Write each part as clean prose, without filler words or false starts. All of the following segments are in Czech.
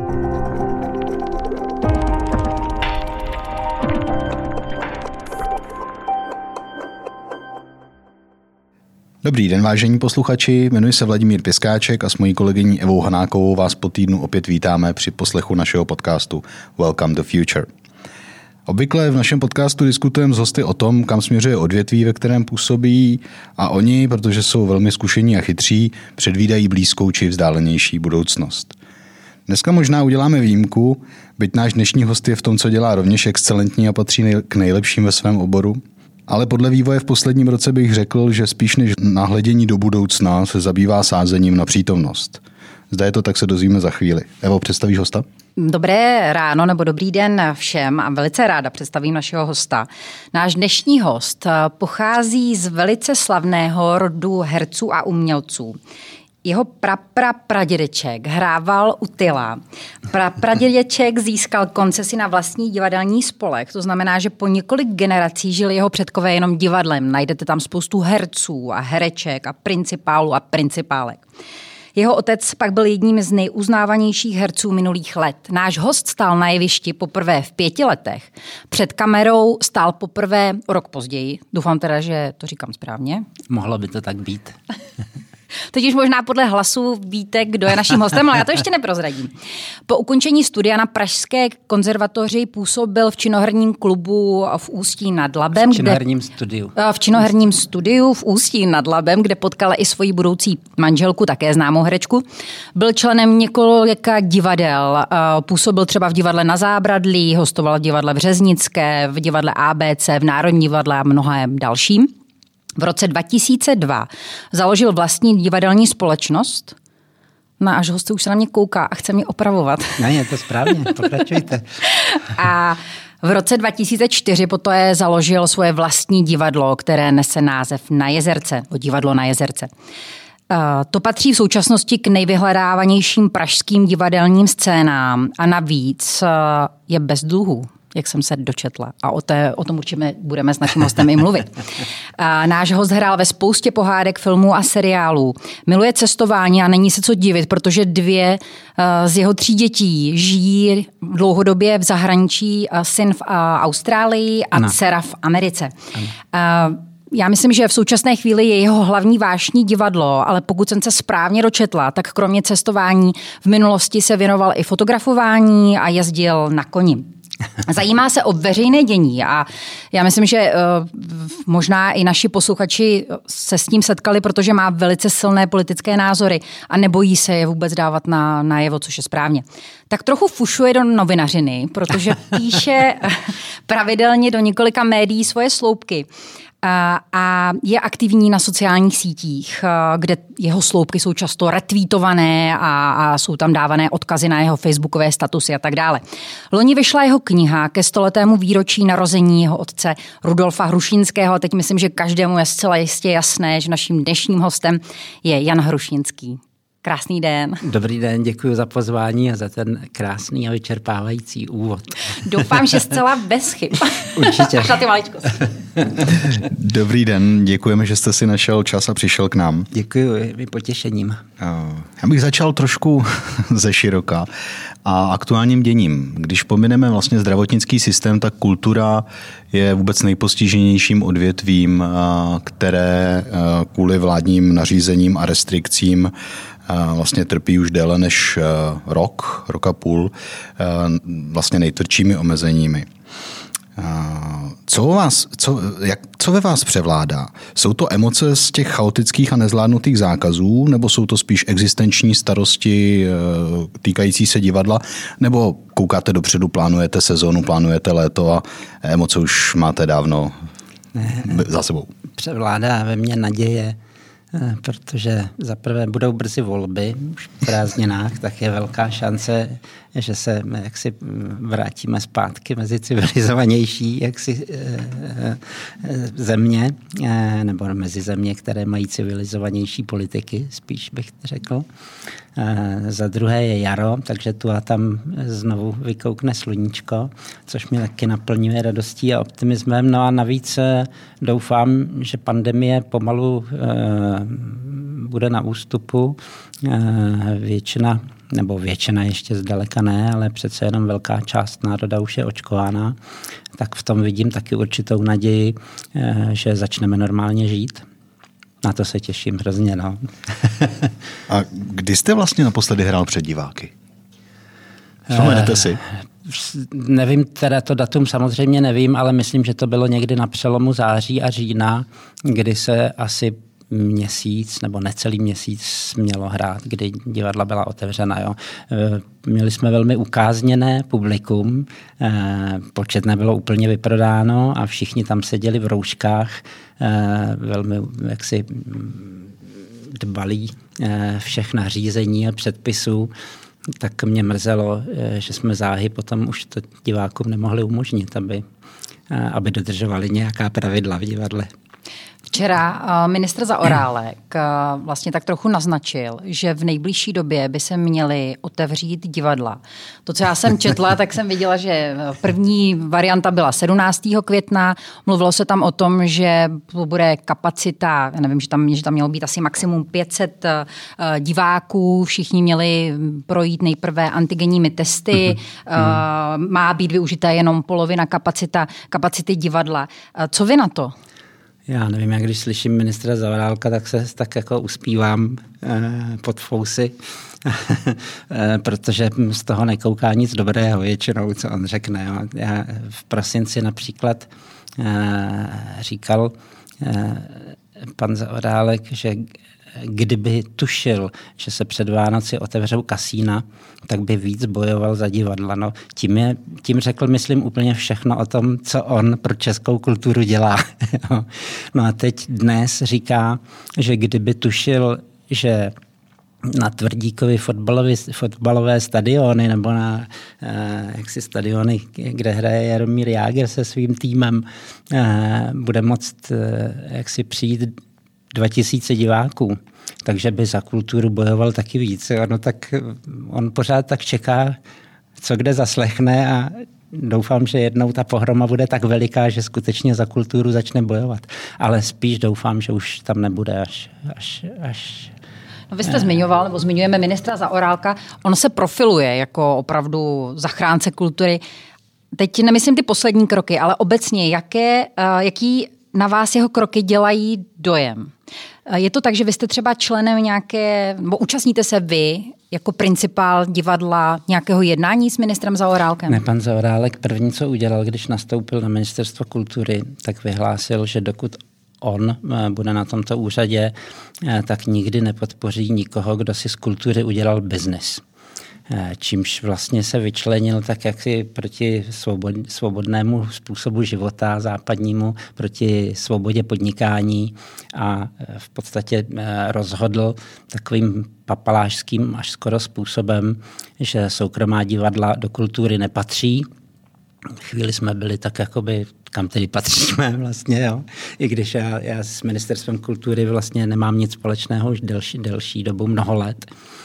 Dobrý den, vážení posluchači, jmenuji se Vladimír Pěskáček a s mojí kolegyní Evou Hanákovou vás po týdnu opět vítáme při poslechu našeho podcastu Welcome to Future. Obvykle v našem podcastu diskutujeme s hosty o tom, kam směřuje odvětví, ve kterém působí, a oni, protože jsou velmi zkušení a chytří, předvídají blízkou či vzdálenější budoucnost. Dneska možná uděláme výjimku, byť náš dnešní host je v tom, co dělá, rovněž excelentní a patří k nejlepším ve svém oboru. Ale podle vývoje v posledním roce bych řekl, že spíš než nahledění do budoucna se zabývá sázením na přítomnost. Zda je to, tak se dozvíme za chvíli. Evo, představíš hosta? Dobré ráno nebo dobrý den všem a velice ráda představím našeho hosta. Náš dnešní host pochází z velice slavného rodu herců a umělců. Jeho pradědeček hrával u Tyla. Pradědeček získal koncesi na vlastní divadelní spolek. To znamená, že po několik generací žili jeho předkové jenom divadlem. Najdete tam spoustu herců a hereček a principálů a principálek. Jeho otec pak byl jedním z nejuznávanějších herců minulých let. Náš host stál na jevišti poprvé v 5 letech. Před kamerou stál poprvé o rok později. Doufám teda, že to říkám správně. Mohlo by to tak být. Teď už možná podle hlasu víte, kdo je naším hostem, ale já to ještě neprozradím. Po ukončení studia na Pražské konzervatoři působil v činoherním klubu v Ústí nad Labem. V činoherním studiu v Ústí nad Labem, kde potkal i svoji budoucí manželku, také známou herečku. Byl členem několika divadel. Působil třeba v divadle Na Zábradlí, hostoval v divadle Březnické, v divadle ABC, v Národní divadle a mnohem dalším. V roce 2002 založil vlastní divadelní společnost. Náš host už se na mě kouká a chce mě opravovat. Ne, je to správně, pokračujte. A v roce 2004 poté založil svoje vlastní divadlo, které nese název Na Jezerce, divadlo Na Jezerce. To patří v současnosti k nejvyhledávanějším pražským divadelním scénám a navíc je bez dluhů, jak jsem se dočetla. A o tom určitě budeme s naším hostem i mluvit. Náš host hrál ve spoustě pohádek, filmů a seriálů. Miluje cestování a není se co divit, protože 2 z jeho 3 dětí žijí dlouhodobě v zahraničí, syn v Austrálii a dcera v Americe. Já myslím, že v současné chvíli je jeho hlavní vášní divadlo, ale pokud jsem se správně dočetla, tak kromě cestování v minulosti se věnoval i fotografování a jezdil na koni. Zajímá se o veřejné dění a já myslím, že možná i naši posluchači se s tím setkali, protože má velice silné politické názory a nebojí se je vůbec dávat najevo, což je správně. Tak trochu fušuje do novinařiny, protože píše pravidelně do několika médií svoje sloupky. A je aktivní na sociálních sítích, kde jeho sloupky jsou často retweetované a jsou tam dávané odkazy na jeho facebookové statusy a tak dále. Loni vyšla jeho kniha ke 100letému výročí narození jeho otce Rudolfa Hrušínského a teď myslím, že každému je zcela jistě jasné, že naším dnešním hostem je Jan Hrušínský. Krásný den. Dobrý den, děkuji za pozvání a za ten krásný a vyčerpávající úvod. Doufám, že zcela bez chyb. Určitě. Až na ty maličkosti. Dobrý den, děkujeme, že jste si našel čas a přišel k nám. Děkuji, je potěšením. Já bych začal trošku ze široka a aktuálním děním. Když pomineme vlastně zdravotnický systém, tak kultura je vůbec nejpostiženějším odvětvím, které kvůli vládním nařízením a restrikcím vlastně trpí už déle než rok a půl, vlastně nejtvrdšími omezeními. Co ve vás převládá? Jsou to emoce z těch chaotických a nezvládnutých zákazů, nebo jsou to spíš existenční starosti týkající se divadla, nebo koukáte dopředu, plánujete sezónu, plánujete léto a emoce už máte dávno za sebou? Převládá ve mně naděje, protože zaprvé budou brzy volby už v prázdninách, tak je velká šance, že se jaksi vrátíme zpátky mezi civilizovanější země, nebo mezi země, které mají civilizovanější politiky, spíš bych řekl. Za druhé je jaro, takže tu a tam znovu vykoukne sluníčko, což mě taky naplňuje radostí a optimismem. No a navíc doufám, že pandemie pomalu bude na ústupu. Většina ještě zdaleka ne, ale přece jenom velká část národa už je očkována, tak v tom vidím taky určitou naději, že začneme normálně žít. Na to se těším hrozně. No. A kdy jste vlastně naposledy hrál před diváky? Vzpomenete si? Nevím, teda to datum samozřejmě nevím, ale myslím, že to bylo někdy na přelomu září a října, kdy se asi měsíc nebo necelý měsíc mělo hrát, kdy divadla byla otevřena. Jo. Měli jsme velmi ukázněné publikum, počet nebylo úplně vyprodáno a všichni tam seděli v rouškách, velmi jaksi dbalí všech nařízení a předpisů. Tak mě mrzelo, že jsme záhy potom už to divákům nemohli umožnit, aby dodržovali nějaká pravidla v divadle. Včera ministr Zaorálek vlastně tak trochu naznačil, že v nejbližší době by se měly otevřít divadla. To, co já jsem četla, tak jsem viděla, že první varianta byla 17. května. Mluvilo se tam o tom, že bude kapacita, já nevím, že tam mělo být asi maximum 500 diváků. Všichni měli projít nejprve antigenními testy. Má být využita jenom polovina kapacity divadla. Co vy na to? Já nevím, jak když slyším ministra Zaorálka, tak se tak jako uspívám pod fousy, protože z toho nekouká nic dobrého většinou, co on řekne. Jo. Já v prosinci například říkal pan Zaorálek, že kdyby tušil, že se před Vánoci otevřou kasína, tak by víc bojoval za divadla. No, tím řekl, myslím, úplně všechno o tom, co on pro českou kulturu dělá. No a teď dnes říká, že kdyby tušil, že na Tvrdíkovy fotbalové stadiony nebo na stadiony, kde hraje Jaromír Jágr se svým týmem, bude moct přijít 2000 diváků, takže by za kulturu bojoval taky víc. No tak on pořád tak čeká, co kde zaslechne a doufám, že jednou ta pohroma bude tak veliká, že skutečně za kulturu začne bojovat. Ale spíš doufám, že už tam nebude až No, vy jste zmiňoval, nebo zmiňujeme ministra Zaorálka, on se profiluje jako opravdu zachránce kultury. Teď nemyslím ty poslední kroky, ale obecně, jaký na vás jeho kroky dělají dojem? Je to tak, že vy jste třeba členem nebo účastníte se vy jako principál divadla nějakého jednání s ministrem Zaorálkem? Ne, pan Zaorálek první, co udělal, když nastoupil na ministerstvo kultury, tak vyhlásil, že dokud on bude na tomto úřadě, tak nikdy nepodpoří nikoho, kdo si z kultury udělal biznis. Čímž vlastně se vyčlenil tak jaksi proti svobodnému způsobu života západnímu, proti svobodě podnikání a v podstatě rozhodl takovým papalášským až skoro způsobem, že soukromá divadla do kultury nepatří. Chvíli jsme byli tak jakoby, kam tedy patříme vlastně, jo. I když já s ministerstvem kultury vlastně nemám nic společného už delší dobu, mnoho let,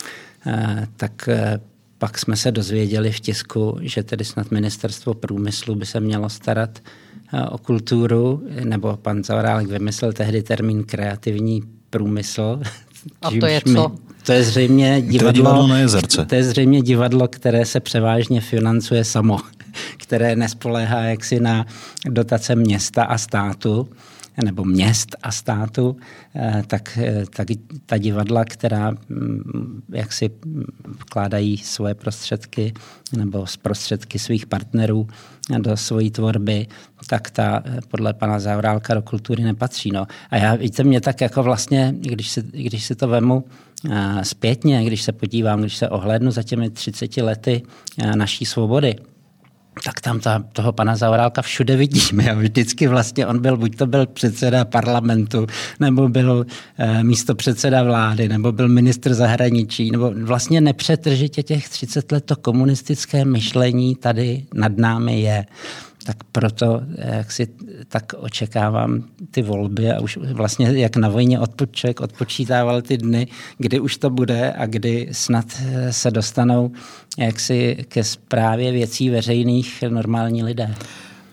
tak pak jsme se dozvěděli v tisku, že tedy snad ministerstvo průmyslu by se mělo starat o kulturu, nebo pan Zaorálek vymyslel tehdy termín kreativní průmysl. A to je co? To je zřejmě divadlo na Jezerce. To je zřejmě divadlo, které se převážně financuje samo, které nespoléhá jaksi na dotace města a státu, nebo měst a státu, tak ta divadla, která jaksi vkládají svoje prostředky nebo z prostředky svých partnerů do svojí tvorby, tak ta podle pana Zaorálka do kultury nepatří. No. A víte, mě tak jako vlastně, když si to vemu zpětně, když se podívám, když se ohlédnu za těmi 30 lety naší svobody, tak tam toho pana Zaorálka všude vidíme. Jo. Vždycky vlastně on buď to byl předseda parlamentu, nebo byl místopředseda vlády, nebo byl ministr zahraničí, nebo vlastně nepřetržitě těch 30 let to komunistické myšlení tady nad námi je. Tak proto jak si tak očekávám ty volby a už vlastně jak na vojně člověk odpočítával ty dny, kdy už to bude a kdy snad se dostanou jaksi ke správě věcí veřejných normální lidé.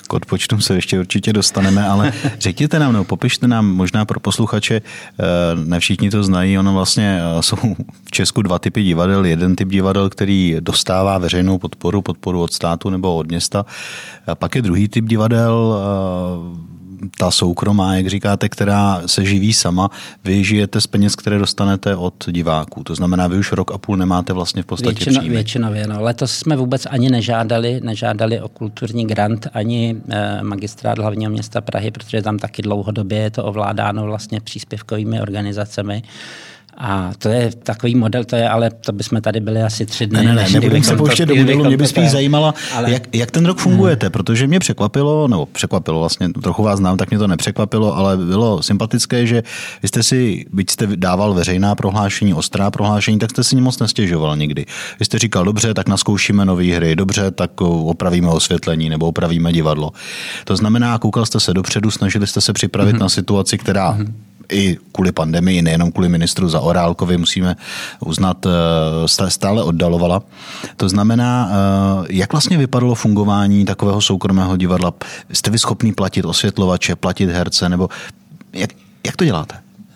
K odpočtům se ještě určitě dostaneme, ale řekněte nám, nebo popište nám možná pro posluchače, ne všichni to znají, ono vlastně jsou v Česku 2 typy divadel. Jeden typ divadel, který dostává veřejnou podporu od státu nebo od města. A pak je druhý typ divadel, ta soukromá, jak říkáte, která se živí sama. Vy žijete z peněz, které dostanete od diváků. To znamená, vy už 1,5 roku nemáte vlastně v podstatě příjmy. Většinově. No. Letos jsme vůbec ani nežádali o kulturní grant, ani magistrát hlavního města Prahy, protože tam taky dlouhodobě je to ovládáno vlastně příspěvkovými organizacemi. A to je takový model, ale to bychom tady byli asi 3 dny. Ne, nebudeme se pouštět do modelu, mě by spíš zajímalo, jak ten rok fungujete, protože mě překvapilo vlastně, trochu vás znám, tak mě to nepřekvapilo, ale bylo sympatické, že vy jste si, byť jste dával veřejná prohlášení, ostrá prohlášení, tak jste si moc nestěžoval nikdy. Vy jste říkal, dobře, tak naskoušíme nové hry, dobře, tak opravíme osvětlení nebo opravíme divadlo. To znamená, koukal jste se dopředu, snažili jste se připravit na situaci, která i kvůli pandemii, nejenom kvůli ministru Zaorálkovi, musíme uznat, stále oddalovala. To znamená, jak vlastně vypadalo fungování takového soukromého divadla? Jste vy schopný platit osvětlovače, platit herce, nebo jak to děláte?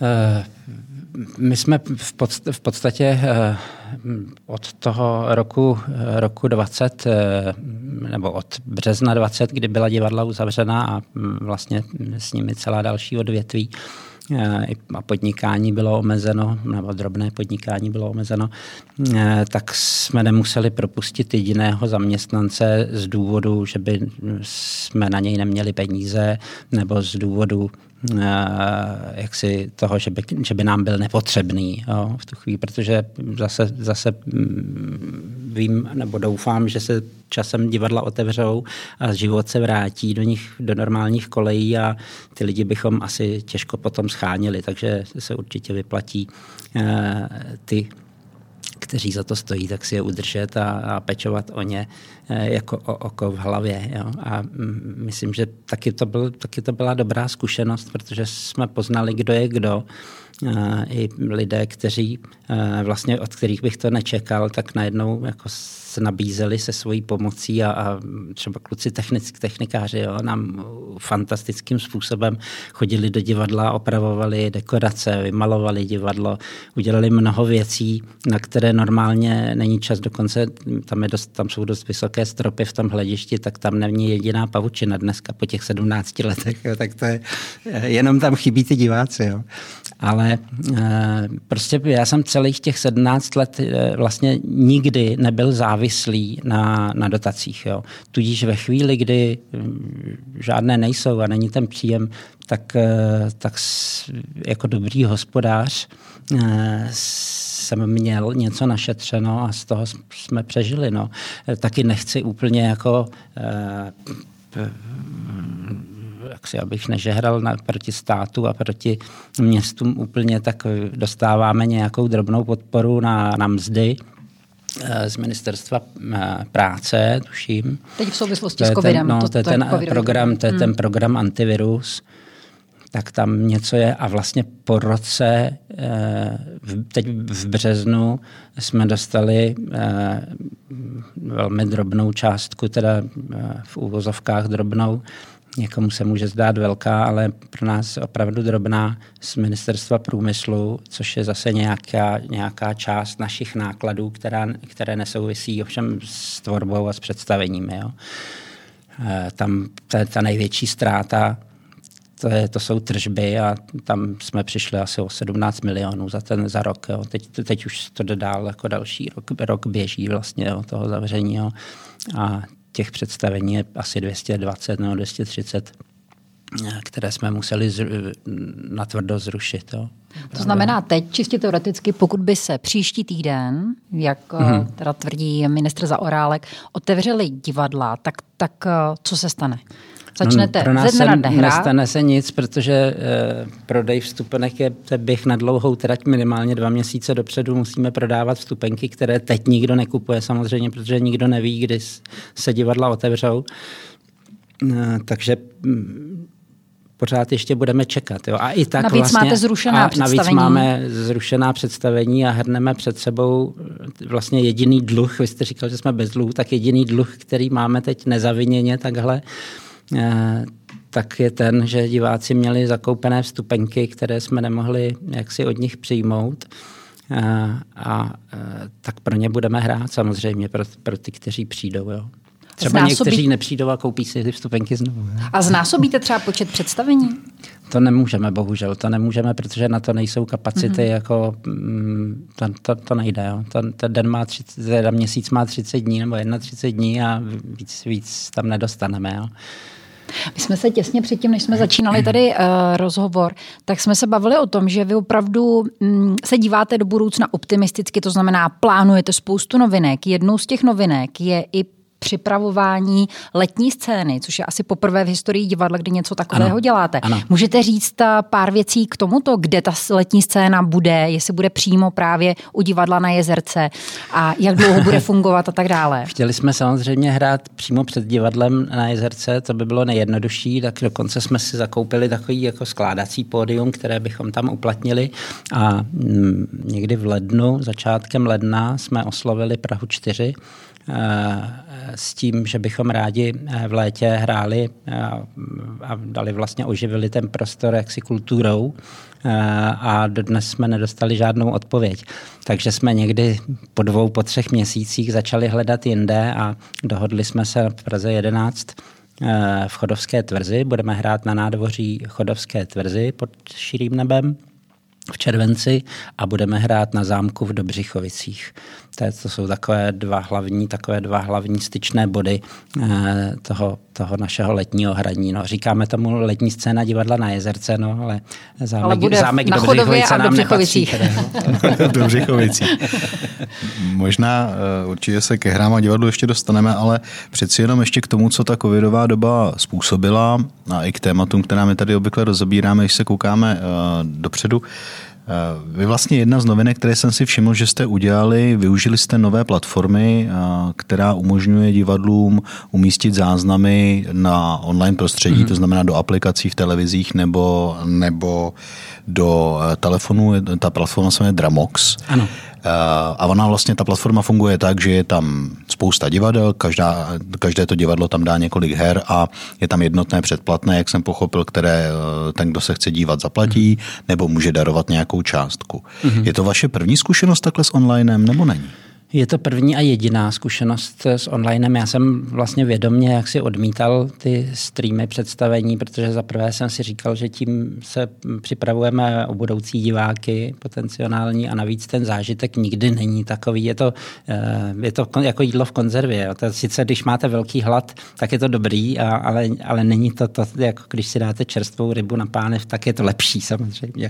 My jsme v podstatě od toho roku 20, nebo od března 20, kdy byla divadla uzavřena a vlastně s nimi celá další odvětví, a podnikání bylo omezeno, nebo drobné podnikání bylo omezeno, tak jsme nemuseli propustit jediného zaměstnance z důvodu, že by jsme na něj neměli peníze, nebo z důvodu jaksi toho, že by nám byl nepotřebný, jo, v tu chvíli, protože zase vím, nebo doufám, že se časem divadla otevřou a život se vrátí do normálních kolejí a ty lidi bychom asi těžko potom schánili, takže se určitě vyplatí ty, kteří za to stojí, tak si je udržet a pečovat o ně jako o oko v hlavě. Jo. A myslím, že taky to byla dobrá zkušenost, protože jsme poznali, kdo je kdo. I lidé, kteří vlastně od kterých bych to nečekal, tak najednou jako se nabízeli se svojí pomocí a třeba kluci technikáři, jo, nám fantastickým způsobem chodili do divadla, opravovali dekorace, vymalovali divadlo, udělali mnoho věcí, na které normálně není čas, dokonce tam jsou dost vysoké stropy v tom hledišti, tak tam není jediná pavučina dneska po těch 17 letech, jo, tak to je, jenom tam chybí ty diváci. Jo. Ale prostě já jsem celých těch 17 let vlastně nikdy nebyl závislý na dotacích. Jo. Tudíž ve chvíli, kdy žádné nejsou a není ten příjem, tak jako dobrý hospodář jsem měl něco našetřeno a z toho jsme přežili. No. Taky nechci úplně jako abych nežehral proti státu a proti městům úplně, tak dostáváme nějakou drobnou podporu na mzdy z ministerstva práce, tuším. Teď v souvislosti s covidem. To je ten program Antivirus. Tak tam něco je a vlastně po roce, teď v březnu, jsme dostali velmi drobnou částku, teda v úvozovkách drobnou, někomu se může zdát velká, ale pro nás opravdu drobná z ministerstva průmyslu, což je zase nějaká část našich nákladů, které nesouvisí ovšem s tvorbou a s představeními. Jo. Tam ta největší ztráta, to jsou tržby a tam jsme přišli asi o 17 milionů za rok. Jo. Teď už to dál jako další rok běží vlastně jo, toho zavření. Jo. A těch představení je asi 220 nebo 230, které jsme museli natvrdo zrušit. Jo. To znamená teď, čistě teoreticky, pokud by se příští týden, jak teda tvrdí ministr Zaorálek, otevřeli divadla, tak co se stane? Začnete pro nás nestane se nic, protože prodej vstupenek je běh na dlouhou trať, minimálně 2 měsíce dopředu musíme prodávat vstupenky, které teď nikdo nekupuje samozřejmě, protože nikdo neví, kdy se divadla otevřou. Takže pořád ještě budeme čekat. Jo. A i tak navíc vlastně, máte zrušená představení. Navíc máme zrušená představení a hrneme před sebou vlastně jediný dluh. Vy jste říkal, že jsme bez dluhu, tak jediný dluh, který máme teď nezaviněně takhle, tak je ten, že diváci měli zakoupené vstupenky, které jsme nemohli jaksi od nich přijmout. Tak pro ně budeme hrát samozřejmě, pro ty, kteří přijdou. Jo. Třeba někteří nepřijdou a koupí si ty vstupenky znovu. A znásobíte třeba počet představení? To nemůžeme, bohužel. To nemůžeme, protože na to nejsou kapacity, jako to nejde. Jo. Ten měsíc má 30 dní nebo 31 dní a víc tam nedostaneme. Jo. My jsme se těsně předtím, než jsme začínali tady rozhovor, tak jsme se bavili o tom, že vy opravdu se díváte do budoucna optimisticky, to znamená plánujete spoustu novinek. Jednou z těch novinek je i připravování letní scény, což je asi poprvé v historii divadla, kdy něco takového děláte. Ano. Můžete říct pár věcí k tomuto, kde ta letní scéna bude, jestli bude přímo právě u divadla na Jezerce a jak dlouho bude fungovat a tak dále? Chtěli jsme samozřejmě hrát přímo před divadlem na Jezerce, to by bylo nejjednodušší, tak dokonce jsme si zakoupili takový jako skládací pódium, které bychom tam uplatnili a někdy v lednu, začátkem ledna jsme oslovili Prahu 4 s tím, že bychom rádi v létě hráli a dali vlastně oživili ten prostor jaksi kulturou a dodnes jsme nedostali žádnou odpověď. Takže jsme někdy po 3 měsících začali hledat jinde a dohodli jsme se v Praze 11 v Chodovské tvrzi. Budeme hrát na nádvoří Chodovské tvrzi pod širým nebem v červenci a budeme hrát na zámku v Dobřichovicích. To jsou takové dva hlavní styčné body toho našeho letního hraní. No, říkáme tomu letní scéna divadla na Jezerce, no, ale zámek Dobřichovice nám nepatří. V Dobřichovicích. Možná určitě se ke hrám a divadlu ještě dostaneme, ale přeci jenom ještě k tomu, co ta covidová doba způsobila a i k tématům, která my tady obvykle rozebíráme, když se koukáme dopředu. Vy vlastně jedna z novinek, které jsem si všiml, že jste udělali, využili jste nové platformy, která umožňuje divadlům umístit záznamy na online prostředí, to znamená do aplikací v televizích nebo do telefonu. Ta platforma se jmenuje Dramox. Ano. A ona vlastně, ta platforma funguje tak, že je tam spousta divadel, každé to divadlo tam dá několik her a je tam jednotné předplatné, jak jsem pochopil, které ten, kdo se chce dívat, zaplatí, nebo může darovat nějakou částku. Je to vaše první zkušenost takhle s onlinem, nebo není? Je to první a jediná zkušenost s onlinem. Já jsem vlastně vědomě jaksi odmítal ty streamy představení, protože zaprvé jsem si říkal, že tím se připravujeme o budoucí diváky potenciální a navíc ten zážitek nikdy není takový. Je to jako jídlo v konzervě. Sice když máte velký hlad, tak je to dobrý, ale není to jako když si dáte čerstvou rybu na pánev, tak je to lepší samozřejmě.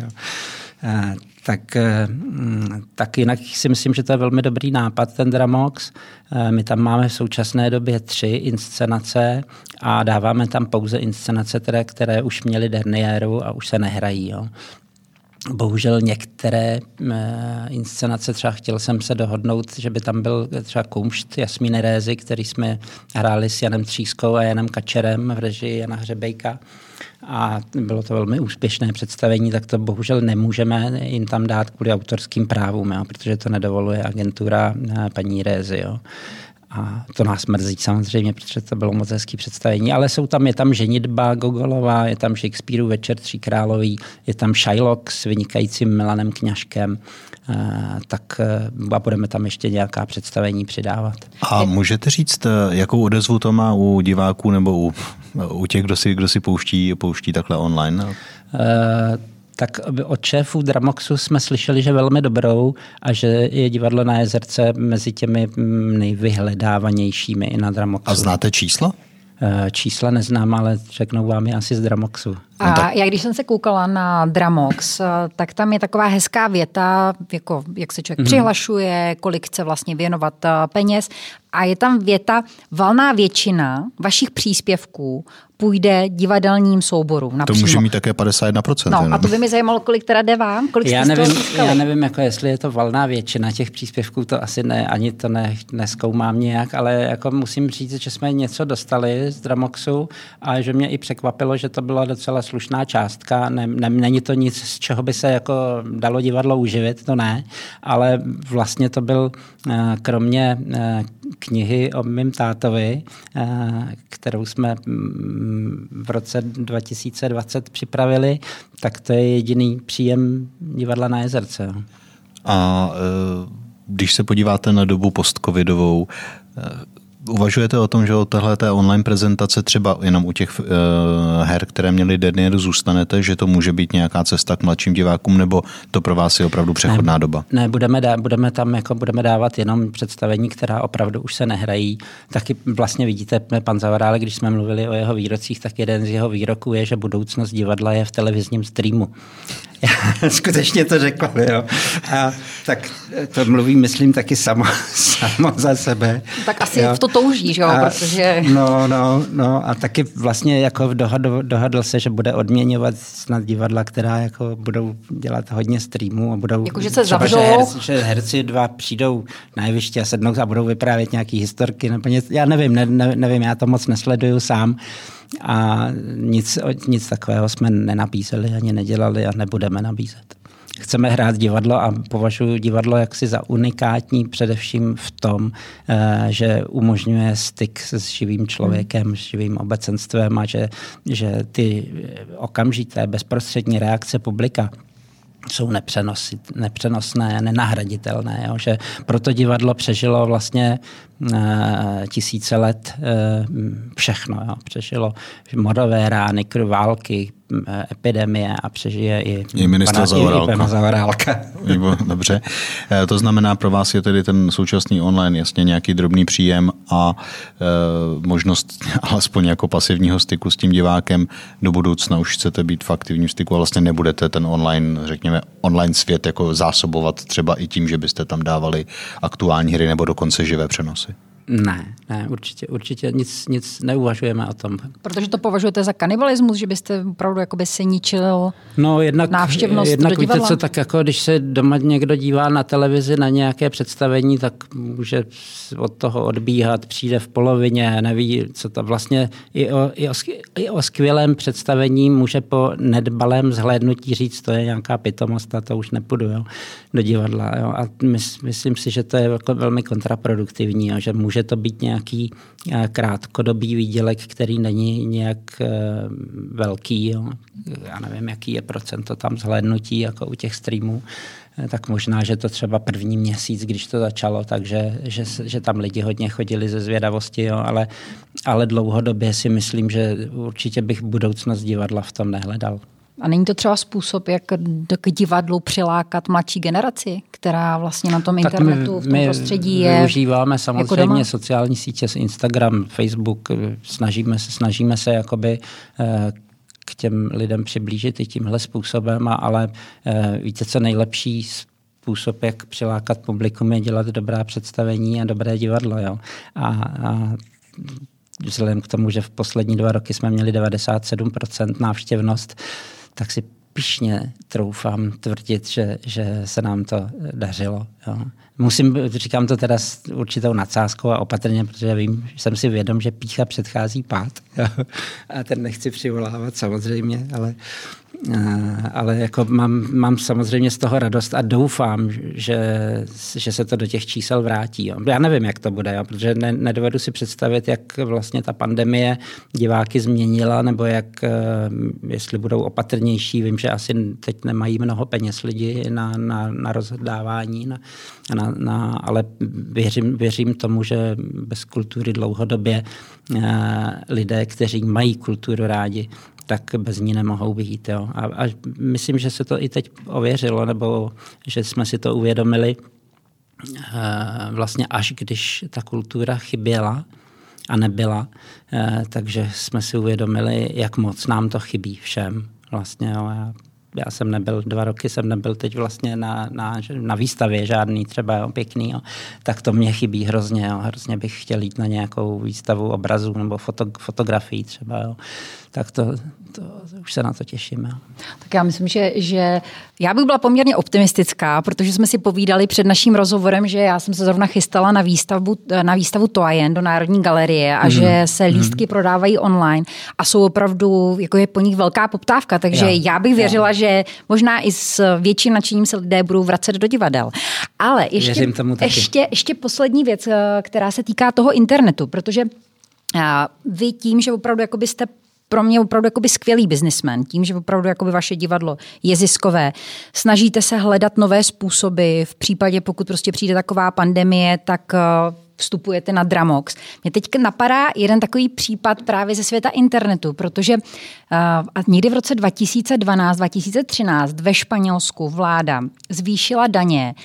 Tak jinak si myslím, že to je velmi dobrý nápad, ten Dramox. My tam máme v současné době 3 inscenace a dáváme tam pouze inscenace, které už měly derniéru a už se nehrají. Jo. Bohužel některé inscenace, třeba chtěl jsem se dohodnout, že by tam byl třeba Kumšt Jasmíny Rézy, který jsme hráli s Janem Třískou a Janem Kačerem v režii Jana Hřebejka. A bylo to velmi úspěšné představení, tak to bohužel nemůžeme jim tam dát kvůli autorským právům, jo, protože to nedovoluje agentura paní Rézy. Jo. A to nás mrzí samozřejmě, protože to bylo moc hezký představení. Ale je tam Ženitba Gogolová, je tam Shakespeareův Večer tříkrálový, je tam Shylock s vynikajícím Milanem Kňažkem. A budeme tam ještě nějaká představení přidávat. A můžete říct, jakou odezvu to má u diváků nebo u těch, kdo si pouští takhle online? Tak od šéfů Dramoxu jsme slyšeli, že velmi dobrou a že je divadlo na Jezerce mezi těmi nejvyhledávanějšími i na Dramoxu. A znáte čísla? Čísla neznám, ale řeknou vám je asi z Dramoxu. A já když jsem se koukala na Dramox, tak tam je taková hezká věta, jako jak se člověk přihlašuje, kolik chce vlastně věnovat peněz. A je tam věta, valná většina vašich příspěvků půjde divadelním souborům. To může mít také 51%. No, a to by mi zajímalo, kolik teda jde vám? Kolik já nevím, jako jestli je to valná většina těch příspěvků, to asi ne, ani to nezkoumám nějak, ale jako musím říct, že jsme něco dostali z Dramoxu a že mě i překvapilo, že to byla docela slušná částka. Není to nic, z čeho by se jako dalo divadlo uživit, to ne, ale vlastně to byl kromě knihy o mým tátovi, kterou jsme v roce 2020 připravili, tak to je jediný příjem divadla na Jezerce. A když se podíváte na dobu postcovidovou, uvažujete o tom, že od téhleté online prezentace třeba jenom u těch her, které měly derniéru, zůstanete, že to může být nějaká cesta k mladším divákům, nebo to pro vás je opravdu přechodná doba? Ne, budeme dávat jenom představení, která opravdu už se nehrají. Taky vlastně vidíte, pan Zaorálek, když jsme mluvili o jeho výrocích, tak jeden z jeho výroků je, že budoucnost divadla je v televizním streamu. Já skutečně to řekl, jo. A tak to mluvím, myslím, taky samo za sebe. Tak asi v to touží, že jo, protože... No a taky vlastně jako dohadl se, že bude odměňovat snad divadla, která jako budou dělat hodně streamů a budou... Jakože se zavřou. Že herci dva přijdou na jeviště a sednou a budou vyprávět nějaký historky. Já nevím, já to moc nesleduju sám. A nic takového jsme nenabízeli, ani nedělali a nebudeme nabízet. Chceme hrát divadlo a považuji divadlo jaksi za unikátní především v tom, že umožňuje styk s živým člověkem, s živým obecenstvem a že ty okamžité bezprostřední reakce publika jsou nepřenosné, nenahraditelné. Jo? Že proto divadlo přežilo vlastně tisíce let všechno. Jo? Přežilo morové rány, války, epidemie a přežije i ministra Zaorálka. Dobře. To znamená, pro vás je tedy ten současný online jasně nějaký drobný příjem a možnost alespoň jako pasivního styku s tím divákem. Do budoucna už chcete být v aktivním styku a vlastně nebudete ten online, řekněme, online svět jako zásobovat třeba i tím, že byste tam dávali aktuální hry nebo dokonce živé přenosy. Ne, určitě nic neuvažujeme o tom. Protože to považujete za kanibalismus, že byste opravdu jakoby se ničil návštěvnost jednak do divadla? Víte co, tak jako když se doma někdo dívá na televizi na nějaké představení, tak může od toho odbíhat, přijde v polovině, neví, co to vlastně i o skvělém představení může po nedbalém zhlédnutí říct, to je nějaká pitomost a to už nepůjdu do divadla. Jo. A myslím si, že to je jako velmi kontraproduktivní, jo, že může to být nějaký krátkodobý výdělek, který není nějak velký. Jo. Já nevím, jaký je procento tam zhlédnutí jako u těch streamů. Tak možná, že to třeba první měsíc, když to začalo, takže že tam lidi hodně chodili ze zvědavosti, jo, ale dlouhodobě si myslím, že určitě bych budoucnost divadla v tom nehledal. A není to třeba způsob, jak k divadlu přilákat mladší generaci, která vlastně na tom internetu, v tom prostředí je? My využíváme samozřejmě jako sociální sítě, Instagram, Facebook, snažíme se jakoby k těm lidem přiblížit i tímhle způsobem, ale víte, co nejlepší způsob, jak přilákat publikum, je dělat dobrá představení a dobré divadlo. Jo? A vzhledem k tomu, že v poslední 2 roky jsme měli 97% návštěvnost, tak si pyšně troufám tvrdit, že se nám to dařilo. Jo. Říkám to teda s určitou nadsázkou a opatrně, protože jsem si vědom, že pýcha předchází pád. Jo. A ten nechci přivolávat samozřejmě, ale jako mám samozřejmě z toho radost a doufám, že se to do těch čísel vrátí. Jo. Já nevím, jak to bude, jo, protože nedovedu si představit, jak vlastně ta pandemie diváky změnila, nebo jestli budou opatrnější. Vím, že asi teď nemají mnoho peněz lidi na rozdávání, ale věřím tomu, že bez kultury dlouhodobě lidé, kteří mají kulturu rádi, tak bez ní nemohou být. Jo. A myslím, že se to i teď ověřilo, nebo že jsme si to uvědomili vlastně až když ta kultura chyběla a nebyla, takže jsme si uvědomili, jak moc nám to chybí všem. Vlastně, jo. já jsem nebyl 2 roky, jsem nebyl teď vlastně na výstavě žádný třeba, jo, pěkný, jo. Tak to mě chybí hrozně, jo. Hrozně bych chtěl jít na nějakou výstavu obrazů nebo fotografií třeba, jo. Tak to už se na to těším. Jo. Tak já myslím, že já bych byla poměrně optimistická, protože jsme si povídali před naším rozhovorem, že já jsem se zrovna chystala na výstavu Toajen do Národní galerie a že se lístky prodávají online a jsou opravdu, jako je po nich velká poptávka, takže já bych věřila, že možná i s větším nadšením se lidé budou vracet do divadel. Ale ještě poslední věc, která se týká toho internetu, protože vy tím, že opravdu jakoby jste pro mě opravdu jakoby skvělý biznismen, tím, že opravdu jakoby vaše divadlo je ziskové, snažíte se hledat nové způsoby, v případě, pokud prostě přijde taková pandemie, tak vstupujete na Dramox. Mě teď napadá jeden takový případ právě ze světa internetu, protože někdy v roce 2012-2013 ve Španělsku vláda zvýšila daně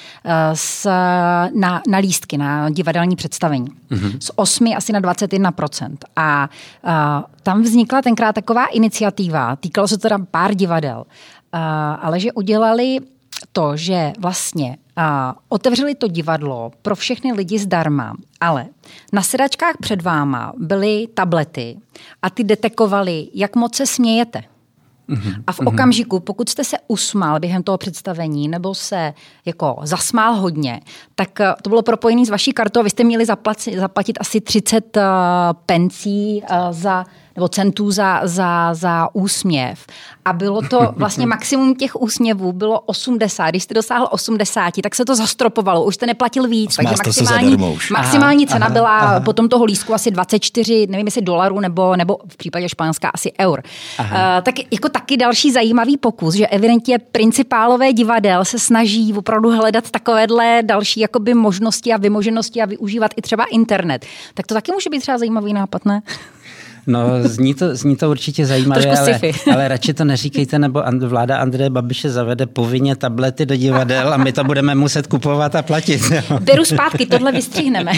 na lístky, na divadelní představení. Z 8 asi na 21%. A tam vznikla tenkrát taková iniciativa, týkalo se teda pár divadel, ale že udělali to, že vlastně otevřeli to divadlo pro všechny lidi zdarma, ale na sedačkách před váma byly tablety a ty detekovaly, jak moc se smějete. A v okamžiku, pokud jste se usmál během toho představení nebo se jako zasmál hodně, tak to bylo propojené s vaší kartou a vy jste měli zaplatit asi 30 pencí nebo centů za úsměv. A bylo to vlastně maximum těch úsměvů bylo 80. Když jste dosáhl 80, tak se to zastropovalo. Už jste neplatil víc. Takže maximální cena byla potom toho lístku asi 24, nevím jestli dolarů nebo v případě Španělska asi eur. Tak jako taky další zajímavý pokus, že evidentně principálové divadel se snaží opravdu hledat takovéhle další jakoby možnosti a vymoženosti a využívat i třeba internet. Tak to taky může být třeba zajímavý nápad, ne? No, zní to určitě zajímavé, ale radši to neříkejte, nebo vláda Andreje Babiše zavede povinně tablety do divadel a my to budeme muset kupovat a platit. Jo. Beru zpátky, tohle vystříhneme.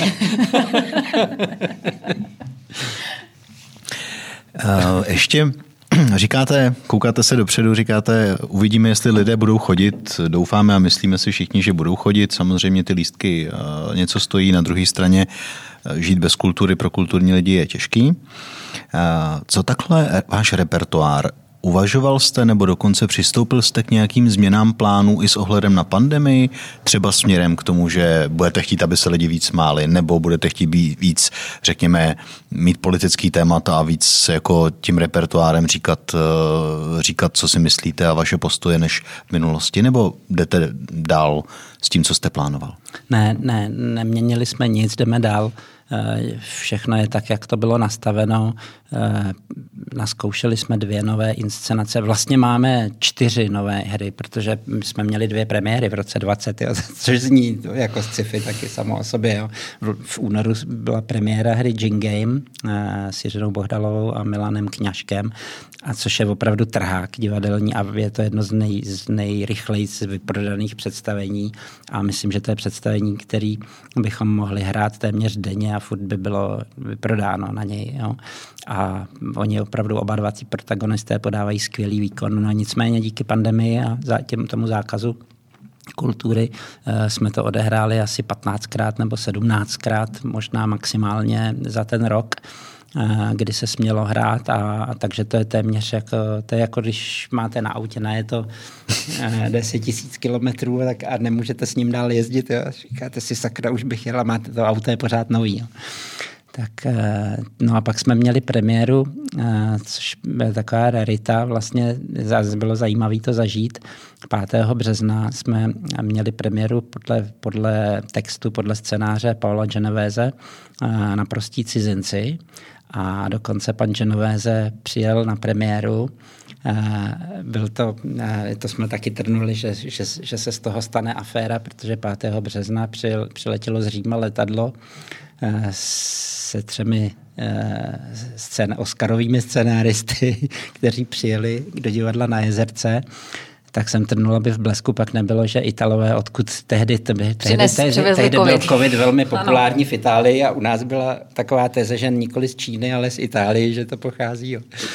Ještě koukáte se dopředu, říkáte, uvidíme, jestli lidé budou chodit, doufáme a myslíme si všichni, že budou chodit, samozřejmě ty lístky něco stojí, na druhé straně žít bez kultury pro kulturní lidi je těžký. Co takhle váš repertoár? Uvažoval jste nebo dokonce přistoupil jste k nějakým změnám plánů i s ohledem na pandemii? Třeba směrem k tomu, že budete chtít, aby se lidi víc smáli, nebo budete chtít být víc, řekněme, mít politický témata a víc jako tím repertoárem říkat, co si myslíte a vaše postoje než v minulosti, nebo jdete dál s tím, co jste plánoval? Ne, neměnili jsme nic, jdeme dál. Všechno je tak, jak to bylo nastaveno. Naskoušeli jsme 2 nové inscenace. Vlastně máme 4 nové hry, protože jsme měli 2 premiéry v roce 20, jo, což zní jako sci-fi taky samo o sobě. Jo. V únoru byla premiéra hry Gin Game s Jiřinou Bohdalovou a Milanem Kňažkem, a což je opravdu trhák divadelní a je to jedno z nejrychleji vyprodaných představení a myslím, že to je představení, který bychom mohli hrát téměř denně a furt by bylo vyprodáno na něj. Jo. A oni opravdu oba 2 protagonisté podávají skvělý výkon. No nicméně díky pandemii a tomu zákazu kultury jsme to odehráli asi 15krát nebo 17krát, možná maximálně za ten rok, kdy se smělo hrát a takže to je téměř jako když máte na autě najeto 10 000 kilometrů a nemůžete s ním dál jezdit. Jo. Říkáte si, sakra, už bych jel a máte to auto je pořád nový. Jo. Tak, no a pak jsme měli premiéru, což byla taková rarita, vlastně bylo zajímavé to zažít. 5. března jsme měli premiéru podle textu, podle scénáře Paula Genovese Naprostí cizinci a dokonce pan Genovese přijel na premiéru. Byl to jsme taky trnuli, že se z toho stane aféra, protože 5. března přiletělo z Říma letadlo se 3 oscarovými scenáristy, kteří přijeli do divadla na Jezerce. Tak jsem trnul, aby v Blesku pak nebylo, že Italové, odkud tehdy byl covid velmi populární v Itálii a u nás byla taková teze, že nikoli z Číny, ale z Itálie, že to pochází. Jo.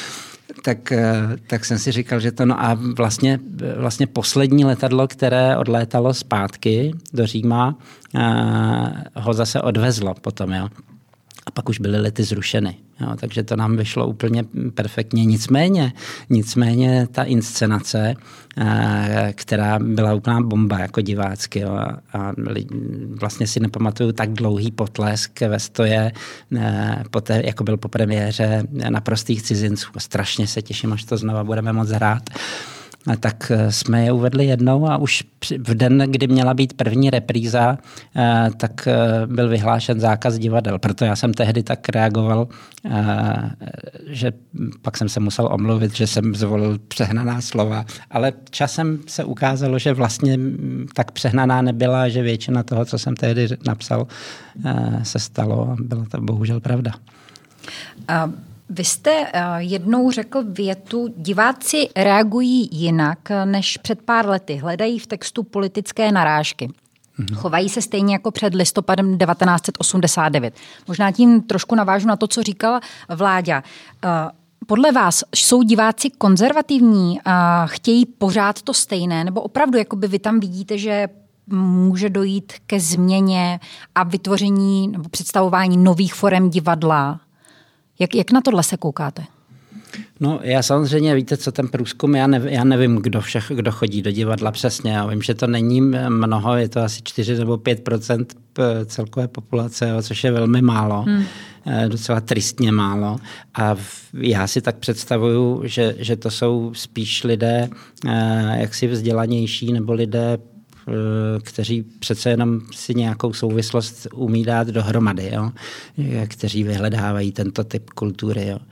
tak jsem si říkal, že to a vlastně poslední letadlo, které odlétalo zpátky do Říma, ho zase odvezlo potom, jo. A pak už byly lety zrušeny. Jo, takže to nám vyšlo úplně perfektně. Nicméně ta inscenace, která byla úplná bomba jako divácky. Jo, a vlastně si nepamatuju tak dlouhý potlesk ve stoje, poté, jako byl po premiéře Naprostých cizinců. Strašně se těším, až to znova budeme moc hrát. Tak jsme je uvedli jednou a už v den, kdy měla být první repríza, tak byl vyhlášen zákaz divadel. Proto já jsem tehdy tak reagoval, že pak jsem se musel omluvit, že jsem zvolil přehnaná slova. Ale časem se ukázalo, že vlastně tak přehnaná nebyla, že většina toho, co jsem tehdy napsal, se stalo. Byla to bohužel pravda. Vy jste jednou řekl větu, diváci reagují jinak než před pár lety. Hledají v textu politické narážky. Chovají se stejně jako před listopadem 1989. Možná tím trošku navážu na to, co říkal Vláďa. Podle vás jsou diváci konzervativní a chtějí pořád to stejné? Nebo opravdu jakoby vy tam vidíte, že může dojít ke změně a vytvoření nebo představování nových forem divadla? Jak na tohle se koukáte? No já samozřejmě, víte, co ten průzkum, já nevím, kdo chodí do divadla přesně. Já vím, že to není mnoho, je to asi 4 nebo 5% celkové populace, což je velmi málo, docela tristně málo. A já si tak představuju, že to jsou spíš lidé jaksi vzdělanější nebo lidé, kteří přece jenom si nějakou souvislost umí dát dohromady, jo? Kteří vyhledávají tento typ kultury. Jo?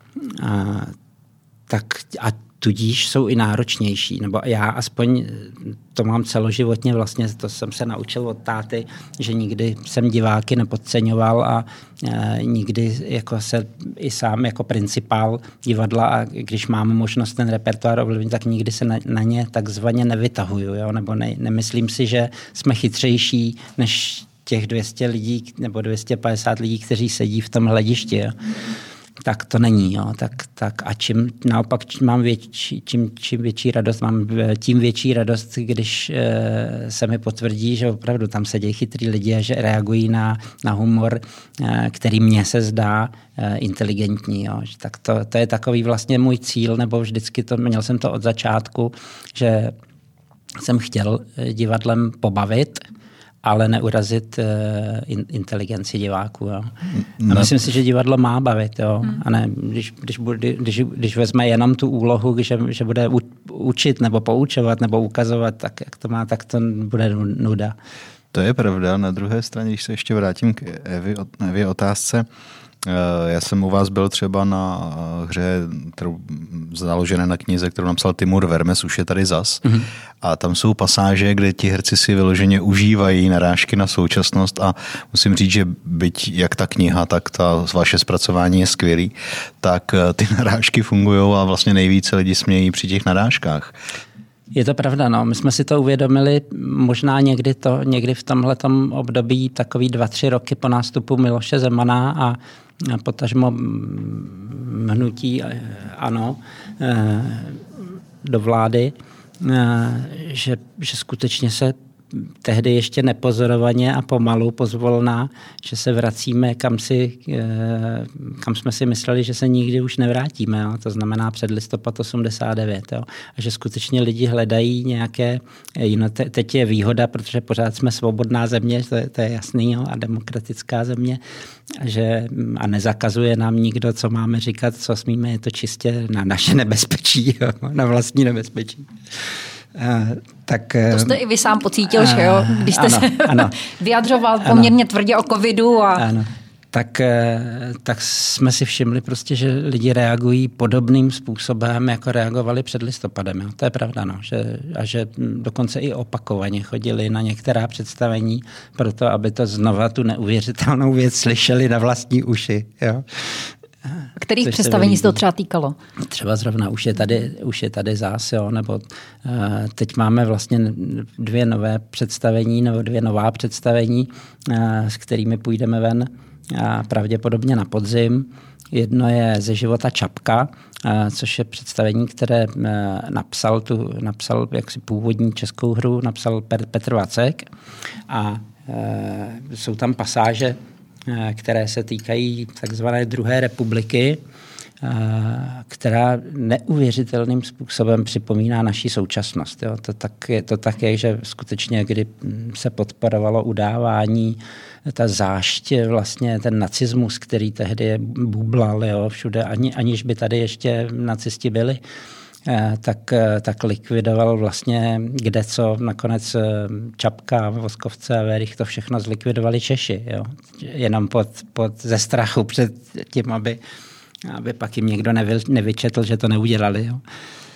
A tudíž jsou i náročnější. Nebo já aspoň to mám celoživotně, vlastně to jsem se naučil od táty, že nikdy jsem diváky nepodceňoval a nikdy jako se i sám jako principál divadla a když mám možnost ten repertoár ovlivnit, tak nikdy se na ně takzvaně nevytahuju. Jo? Nebo nemyslím si, že jsme chytřejší než těch 200 lidí nebo 250 lidí, kteří sedí v tom hledišti. Jo? Tak to není, jo. Tak a čím větší radost mám, tím větší radost, když se mi potvrdí, že opravdu tam sedí chytrý lidi a že reagují na humor, který mně se zdá inteligentní, jo. Tak to je takový vlastně můj cíl, nebo vždycky měl jsem to od začátku, že jsem chtěl divadlem pobavit, ale neurazit inteligenci diváků. Jo. A myslím si, že divadlo má bavit. Jo. A ne, když vezme jenom tu úlohu, že bude učit nebo poučovat nebo ukazovat, tak jak to má, tak to bude nuda. To je pravda. Na druhé straně, když se ještě vrátím k Evě otázce, já jsem u vás byl třeba na hře, kterou založené na knize, kterou napsal Timur Vermes, Už je tady zas. A tam jsou pasáže, kde ti herci si vyloženě užívají narážky na současnost a musím říct, že byť jak ta kniha, tak ta vaše zpracování je skvělý, tak ty narážky fungují a vlastně nejvíce lidi smějí při těch narážkách. Je to pravda, no. My jsme si to uvědomili možná někdy v tomhletom období takový 2-3 roky po nástupu Miloše Zemana a potažmo hnutí ANO do vlády, že skutečně se tehdy ještě nepozorovaně a pomalu pozvolna, že se vracíme kam jsme si mysleli, že se nikdy už nevrátíme. Jo? To znamená před listopad 89. Jo? A že skutečně lidi hledají nějaké, teď je výhoda, protože pořád jsme svobodná země, to je jasný, jo? A demokratická země, a nezakazuje nám nikdo, co máme říkat, co smíme, je to čistě na naše nebezpečí, jo? Na vlastní nebezpečí. To jste i vy sám pocítil, že jo? Když jste se vyjadřoval poměrně tvrdě o covidu. Ano. Tak jsme si všimli prostě, že lidi reagují podobným způsobem, jako reagovali před listopadem. Jo? To je pravda, no. Že dokonce i opakovaně chodili na některá představení proto, aby to znova tu neuvěřitelnou věc slyšeli na vlastní uši. Jo? Kterých představení se to třeba týkalo? Třeba zrovna už je tady zás, jo, nebo teď máme vlastně 2 nové představení, nebo 2 nová představení, s kterými půjdeme ven pravděpodobně na podzim. Jedno je Ze života Čapka, což je představení, které napsal jaksi původní českou hru, napsal Petr Vacek. A jsou tam pasáže, které se týkají takzvané druhé republiky, která neuvěřitelným způsobem připomíná naši současnost. Jo. To tak je, že skutečně, kdy se podporovalo udávání, ta zášť, vlastně ten nacismus, který tehdy bublal, jo, všude, aniž by tady ještě nacisti byli, tak likvidoval vlastně kdeco. Nakonec Čapka, Voskovce a Werich to všechno zlikvidovali Češi. Jo. Jenom ze strachu před tím, aby pak jim někdo nevyčetl, že to neudělali. Jo.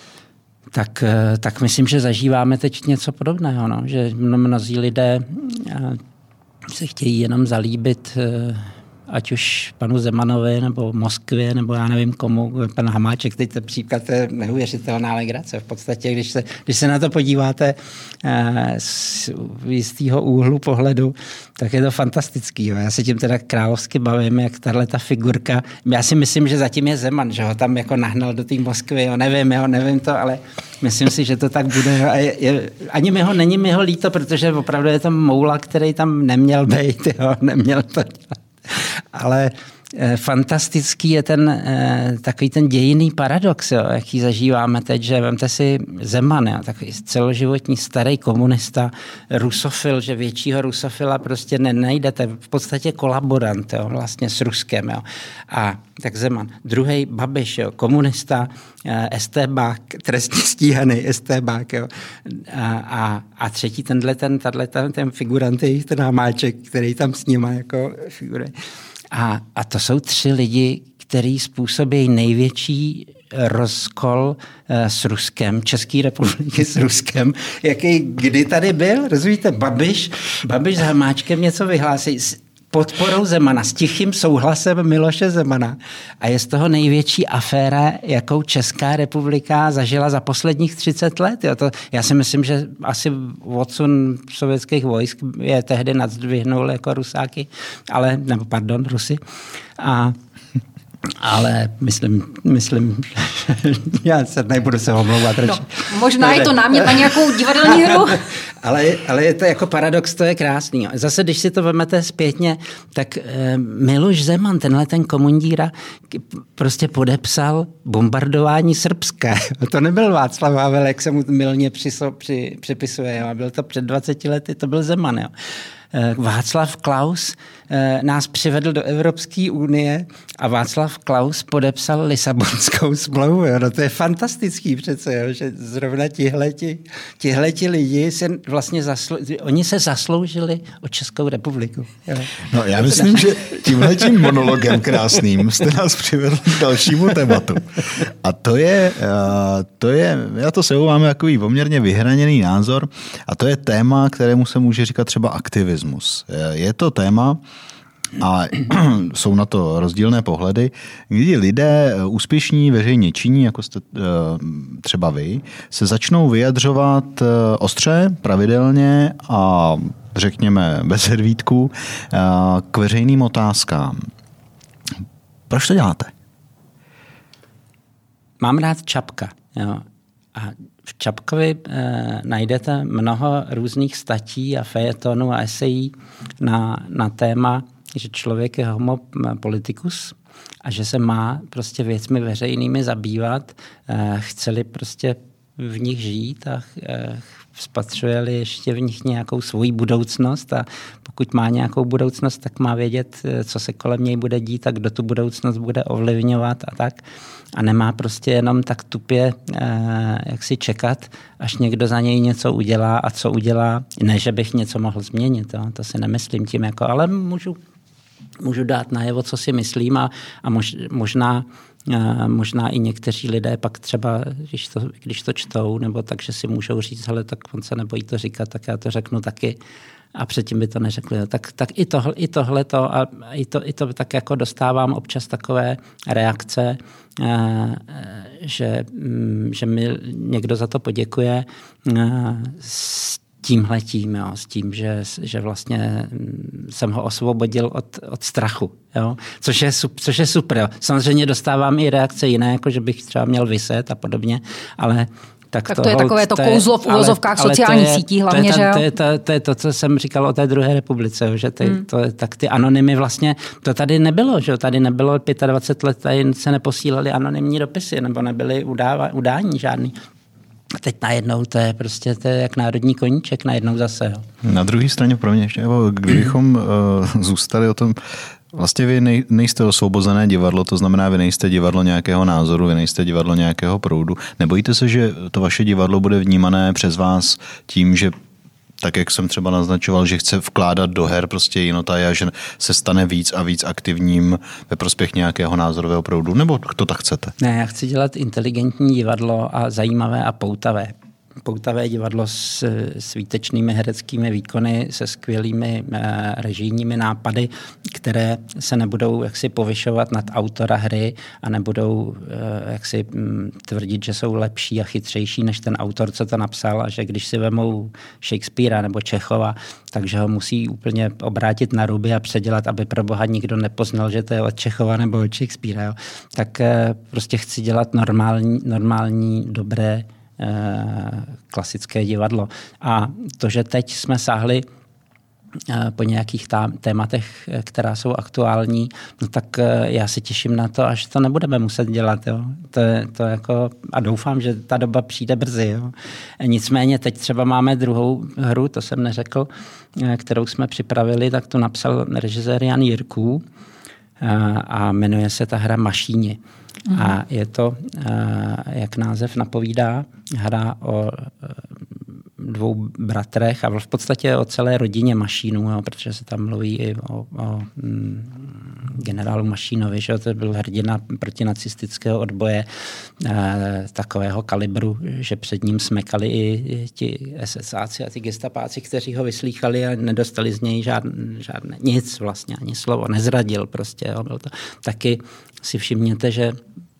Tak myslím, že zažíváme teď něco podobného, no? Že mnozí lidé se chtějí jenom zalíbit ať už panu Zemanovi, nebo Moskvě, nebo já nevím komu, pan Hamáček, teď ten příklad je neuvěřitelná legrace. V podstatě, když se na to podíváte z jistého úhlu pohledu, tak je to fantastický. Jo. Já se tím teda královsky bavím, jak tahleta figurka. Já si myslím, že zatím je Zeman, že ho tam jako nahnal do té Moskvy. Jo. Nevím to, ale myslím si, že to tak bude. Ani není mi ho líto, protože opravdu je to moula, který tam neměl být. Jo. Neměl to dělat. Ale fantastický je takový ten dějinný paradox, jo, jaký zažíváme teď, že vemte si Zeman, jo, takový celoživotní starý komunista, rusofil, že většího rusofila prostě nenajdete, v podstatě kolaborant, jo, vlastně s Ruskem. Jo. A tak Zeman. Druhý Babiš, jo, komunista, estébák, trestně stíhaný estébák. Jo. A třetí ten figurant, ten Hamáček, který tam s nima jako figuruje. A to jsou 3 lidi, kteří způsobí největší rozkol s Ruskem, České republiky s Ruskem, jaký kdy tady byl, rozumíte, Babiš s Hamáčkem něco vyhlásí podporou Zemana, s tichým souhlasem Miloše Zemana. A je z toho největší aféra, jakou Česká republika zažila za posledních 30 let. Jo, já si myslím, že asi odsun sovětských vojsk je tehdy nadzdvihnul jako Rusáky, Rusy. Ale myslím, já se nebudu se omlouvat. No, možná je to námět na nějakou divadelní hru. ale je to jako paradox, to je krásný. Zase, když si to vemete zpětně, tak Miloš Zeman, ten komundíra, prostě podepsal bombardování Srbska. To nebyl Václav Havel, jak se mu mylně připisuje. Jo. Byl to před 20 lety, to byl Zeman. Jo. Václav Klaus nás přivedl do Evropské unie a Václav Klaus podepsal Lisabonskou smlouvu. No to je fantastický přece, jo, že zrovna tihleti lidi se vlastně oni se zasloužili o Českou republiku. Jo. No, já myslím, že tímhletím monologem krásným jste nás přivedl k dalšímu tématu. A to je, já to sebou máme takový poměrně vyhraněný názor, a to je téma, kterému se může říkat třeba aktivismus. Je to téma, a jsou na to rozdílné pohledy, kdy lidé úspěšní, veřejně činní, jako jste třeba vy, se začnou vyjadřovat ostře, pravidelně a řekněme bez hervítku k veřejným otázkám. Proč to děláte? Mám rád Čapka. Jo. A v Čapkovi najdete mnoho různých statí a fejetonů a esejí na téma, že člověk je homo politicus a že se má prostě věcmi veřejnými zabývat, chceli prostě v nich žít a spatřuje-li ještě v nich nějakou svoji budoucnost a pokud má nějakou budoucnost, tak má vědět, co se kolem něj bude dít a kdo tu budoucnost bude ovlivňovat a tak. A nemá prostě jenom tak tupě jak si čekat, až někdo za něj něco udělá a co udělá. Ne, že bych něco mohl změnit, to si nemyslím tím, ale můžu dát najevo, co si myslím a možná i někteří lidé pak třeba, když to čtou, nebo tak, že si můžou říct, hele, tak on se nebojí to říkat, tak já to řeknu taky a předtím by to neřekli. Tak i tohleto a i to tak jako dostávám občas takové reakce, že mi někdo za to poděkuje. S tímhletím, jo, s tím, že vlastně jsem ho osvobodil od strachu, jo, což je super. Jo. Samozřejmě dostávám i reakce jiné, jako že bych třeba měl viset a podobně, ale tak to je takové to kouzlo v uvozovkách sociálních sítí hlavně, že jo? To je to, co jsem říkal o té druhé republice, že tak ty anonymy vlastně, to tady nebylo, že tady nebylo 25 let, tady se neposílali anonymní dopisy, nebo nebyly udání žádný. A teď najednou to je jak národní koníček, najednou zase. Jo. Na druhé straně pro mě ještě, kdybychom zůstali o tom, vlastně vy nejste osvobozené divadlo, to znamená, vy nejste divadlo nějakého názoru, vy nejste divadlo nějakého proudu. Nebojíte se, že to vaše divadlo bude vnímané přes vás tím, že tak, jak jsem třeba naznačoval, že chce vkládat do her prostě jinotaj a že se stane víc a víc aktivním ve prospěch nějakého názorového proudu? Nebo to tak chcete? Ne, já chci dělat inteligentní divadlo a zajímavé a poutavé. Poutavé divadlo s výtečnými hereckými výkony, se skvělými režijními nápady, které se nebudou jaksi povyšovat nad autora hry a nebudou jaksi tvrdit, že jsou lepší a chytřejší než ten autor, co to napsal, a že když si vemou Shakespearea nebo Čechova, takže ho musí úplně obrátit na ruby a předělat, aby pro boha nikdo nepoznal, že to je od Čechova nebo od Shakespearea. Jo. Tak prostě chci dělat normální dobré klasické divadlo. A to, že teď jsme sáhli po nějakých tématech, která jsou aktuální, no tak já se těším na to, až to nebudeme muset dělat. Jo. To jako, a doufám, že ta doba přijde brzy. Jo. Nicméně teď třeba máme druhou hru, to jsem neřekl, kterou jsme připravili, tak to napsal režisér Jan Jirků a jmenuje se ta hra Mašíni. A je to, jak název napovídá, hra o dvou bratrech a v podstatě o celé rodině Mašínů, jo, protože se tam mluví i o generálu Mašínovi, že to byl hrdina protinacistického odboje takového kalibru, že před ním smekali i ti SSáci a ti gestapáci, kteří ho vyslýchali a nedostali z něj žádné nic vlastně, ani slovo, nezradil prostě. Jo, byl to. Taky si všimněte, že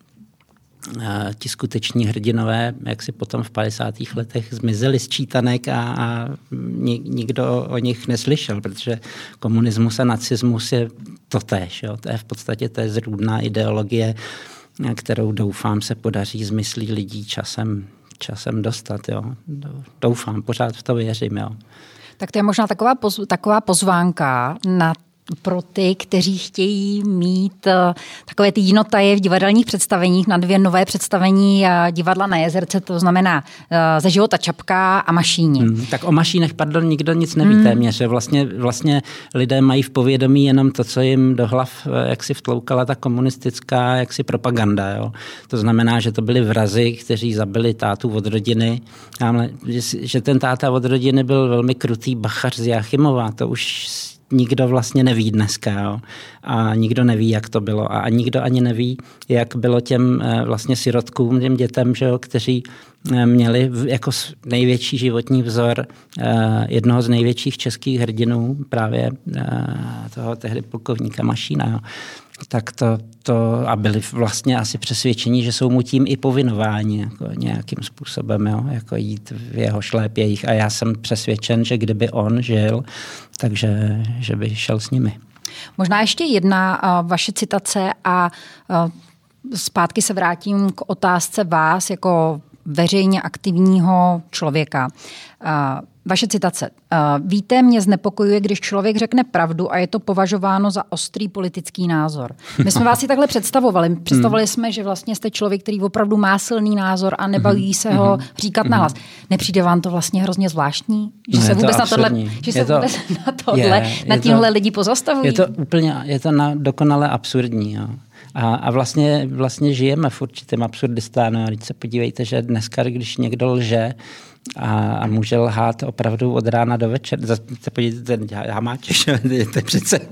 ti skuteční hrdinové, jak si potom v 50. letech zmizeli z čítanek a nikdo o nich neslyšel, protože komunismus a nacismus je totéž. Jo? To je v podstatě to je zrůdná ideologie, kterou doufám se podaří z myslí lidí časem dostat. Jo? Doufám, pořád v to věřím. Jo? Tak to je možná taková pozvánka pro ty, kteří chtějí mít takové ty jinotaje v divadelních představeních na 2 nové představení divadla na Jezerce, to znamená Ze života Čapka a Mašíni. Tak o Mašínech, nikdo nic neví téměř. Vlastně lidé mají v povědomí jenom to, co jim do hlav jak si vtloukala ta komunistická jaksi propaganda. Jo. To znamená, že to byli vrazi, kteří zabili tátu od rodiny. Že ten táta od rodiny byl velmi krutý bachař z Jáchymova, to už nikdo vlastně neví dneska. Jo. A nikdo neví, jak to bylo. A nikdo ani neví, jak bylo těm vlastně sirotkům, těm dětem, že jo, kteří měli jako největší životní vzor jednoho z největších českých hrdinů, právě toho tehdy plukovníka Mašína. Jo. Tak to a byli vlastně asi přesvědčení, že jsou mu tím i povinováni jako nějakým způsobem, jo, jako jít v jeho šlépějích. A já jsem přesvědčen, že kdyby on žil, takže že by šel s nimi. Možná ještě jedna vaše citace a zpátky se vrátím k otázce vás jako veřejně aktivního člověka. Vaše citace. Víte, mě znepokojuje, když člověk řekne pravdu a je to považováno za ostrý politický názor. My jsme vás si takhle představovali. Představovali jsme, že vlastně jste člověk, který opravdu má silný názor a nebaví se ho říkat nahlas. Nepřijde vám to vlastně hrozně zvláštní? Že se vůbec na tímhle lidi pozastavují? Je to dokonale absurdní. Jo. A vlastně žijeme v určitém absurdistánu. Když se podívejte, že dneska, když někdo lže a může lhát opravdu od rána do večera, podívejte, ten Hamáček, to přece,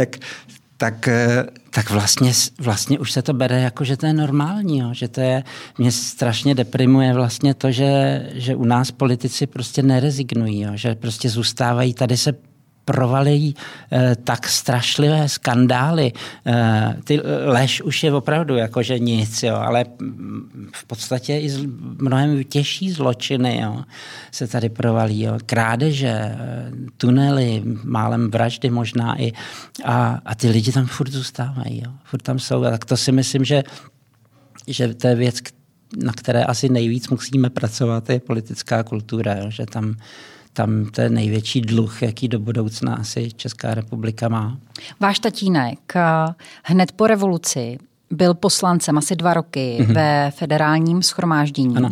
tak vlastně už se to bere jako, že to je normální. Jo? Že to je, mě strašně deprimuje vlastně to, že u nás politici prostě nerezignují, jo? Že prostě zůstávají, tady se provalí tak strašlivé skandály. Ty lež už je opravdu jakože nic, jo, ale v podstatě i mnohem těžší zločiny, jo, se tady provalí. Jo. Krádeže, tunely, málem vraždy možná i. A ty lidi tam furt zůstávají. Jo. Furt tam jsou. A tak to si myslím, že to je věc, na které asi nejvíc musíme pracovat, je politická kultura. Jo. Že tam to je největší dluh, jaký do budoucna asi Česká republika má. Váš tatínek hned po revoluci byl poslancem asi 2 roky ve federálním shromáždění. Ano.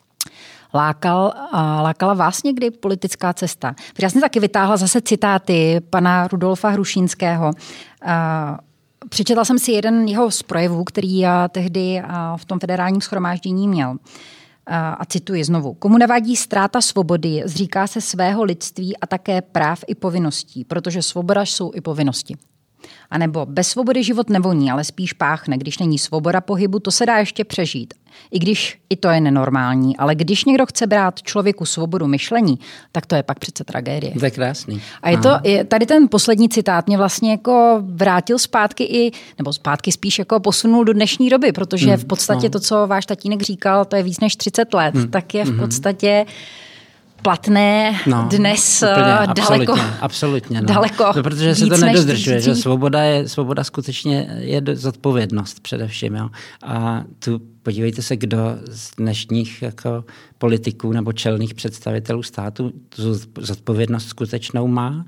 Lákala vás někdy politická cesta? Já jsem taky vytáhla zase citáty pana Rudolfa Hrušínského. Přečetla jsem si jeden jeho z projevů, který tehdy v tom federálním shromáždění měl. A cituji znovu. Komu nevadí ztráta svobody, zříká se svého lidství a také práv i povinností, protože svoboda jsou i povinnosti. A nebo bez svobody život nevoní, ale spíš páchne. Když není svoboda pohybu, to se dá ještě přežít. I když i to je nenormální, ale když někdo chce brát člověku svobodu myšlení, tak to je pak přece tragédie. To je krásný. A tady ten poslední citát mě vlastně jako vrátil zpátky nebo zpátky spíš jako posunul do dnešní doby, protože v podstatě to, co váš tatínek říkal, to je víc než 30 let, tak je v podstatě platné dnes daleko. Absolutně. Daleko protože se to nedodržuje, že svoboda skutečně je zodpovědnost především. Jo. A tu podívejte se, kdo z dnešních jako politiků nebo čelných představitelů státu tu zodpovědnost skutečnou má.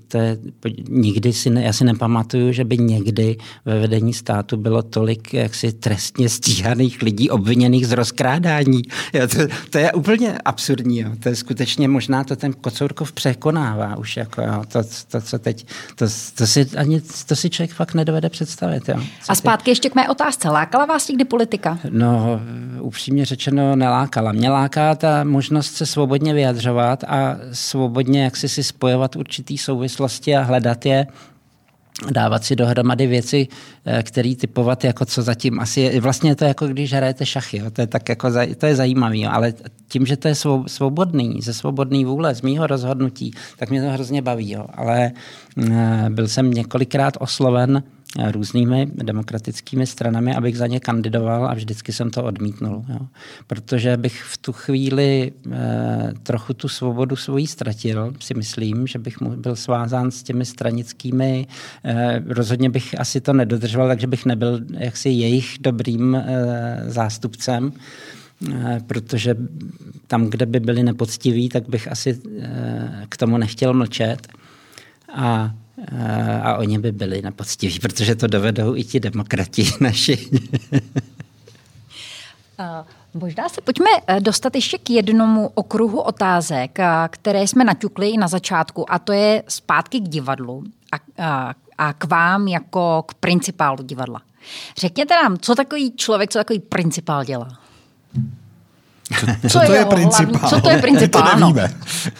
Já si nepamatuju, že by někdy ve vedení státu bylo tolik jaksi trestně stíhaných lidí obviněných z rozkrádání. Jo, to je úplně absurdní. Jo. To je skutečně možná to ten Kocourkov překonává už. Jako, jo. To, co teď, to si člověk fakt nedovede představit. Jo. A zpátky ještě k mé otázce. Lákala vás někdy politika? No, upřímně řečeno nelákala. Mě láká ta možnost se svobodně vyjadřovat a svobodně jak si spojovat určitý souvislosti a hledat je, dávat si dohromady věci, které typovat jako co zatím asi je. Vlastně to je jako když hrajete šachy, jo. To je tak jako to je zajímavý, jo. Ale tím, že to je svobodný, ze svobodný vůle, z mýho rozhodnutí, tak mě to hrozně baví, jo. Ale byl jsem několikrát osloven různými demokratickými stranami, abych za ně kandidoval a vždycky jsem to odmítnul. Jo. Protože bych v tu chvíli trochu tu svobodu svojí ztratil, si myslím, že bych byl svázán s těmi stranickými, rozhodně bych asi to nedodržoval, takže bych nebyl jaksi jejich dobrým zástupcem, protože tam, kde by byli nepoctiví, tak bych asi k tomu nechtěl mlčet. A oni by byli nepoctiví, protože to dovedou i ti demokrati naši. Možná se pojďme dostat ještě k jednomu okruhu otázek, které jsme naťukli i na začátku, a to je zpátky k divadlu a k vám jako k principálu divadla. Řekněte nám, co takový člověk, co takový principál dělá? Co to je principál? Co to je principál? To nevíme.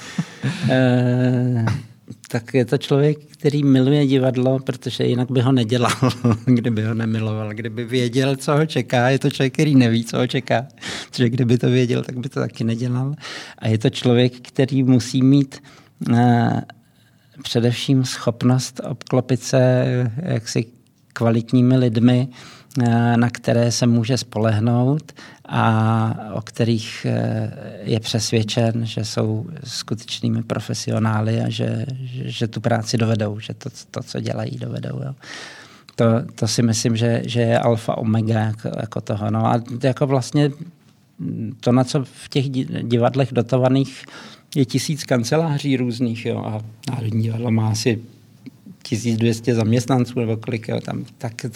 Tak je to člověk, který miluje divadlo, protože jinak by ho nedělal, kdyby ho nemiloval. Kdyby věděl, co ho čeká, je to člověk, který neví, co ho čeká. Protože kdyby to věděl, tak by to taky nedělal. A je to člověk, který musí mít především schopnost obklopit se jaksi kvalitními lidmi, na které se může spolehnout a o kterých je přesvědčen, že jsou skutečnými profesionály a že tu práci dovedou, že to co dělají, dovedou. Jo. To si myslím, že je alfa omega jako toho. No a jako vlastně to, na co v těch divadlech dotovaných je 1000 kanceláří různých, jo, a Národní divadlo má asi 1200 zaměstnanců nebo kolik, jo, tam,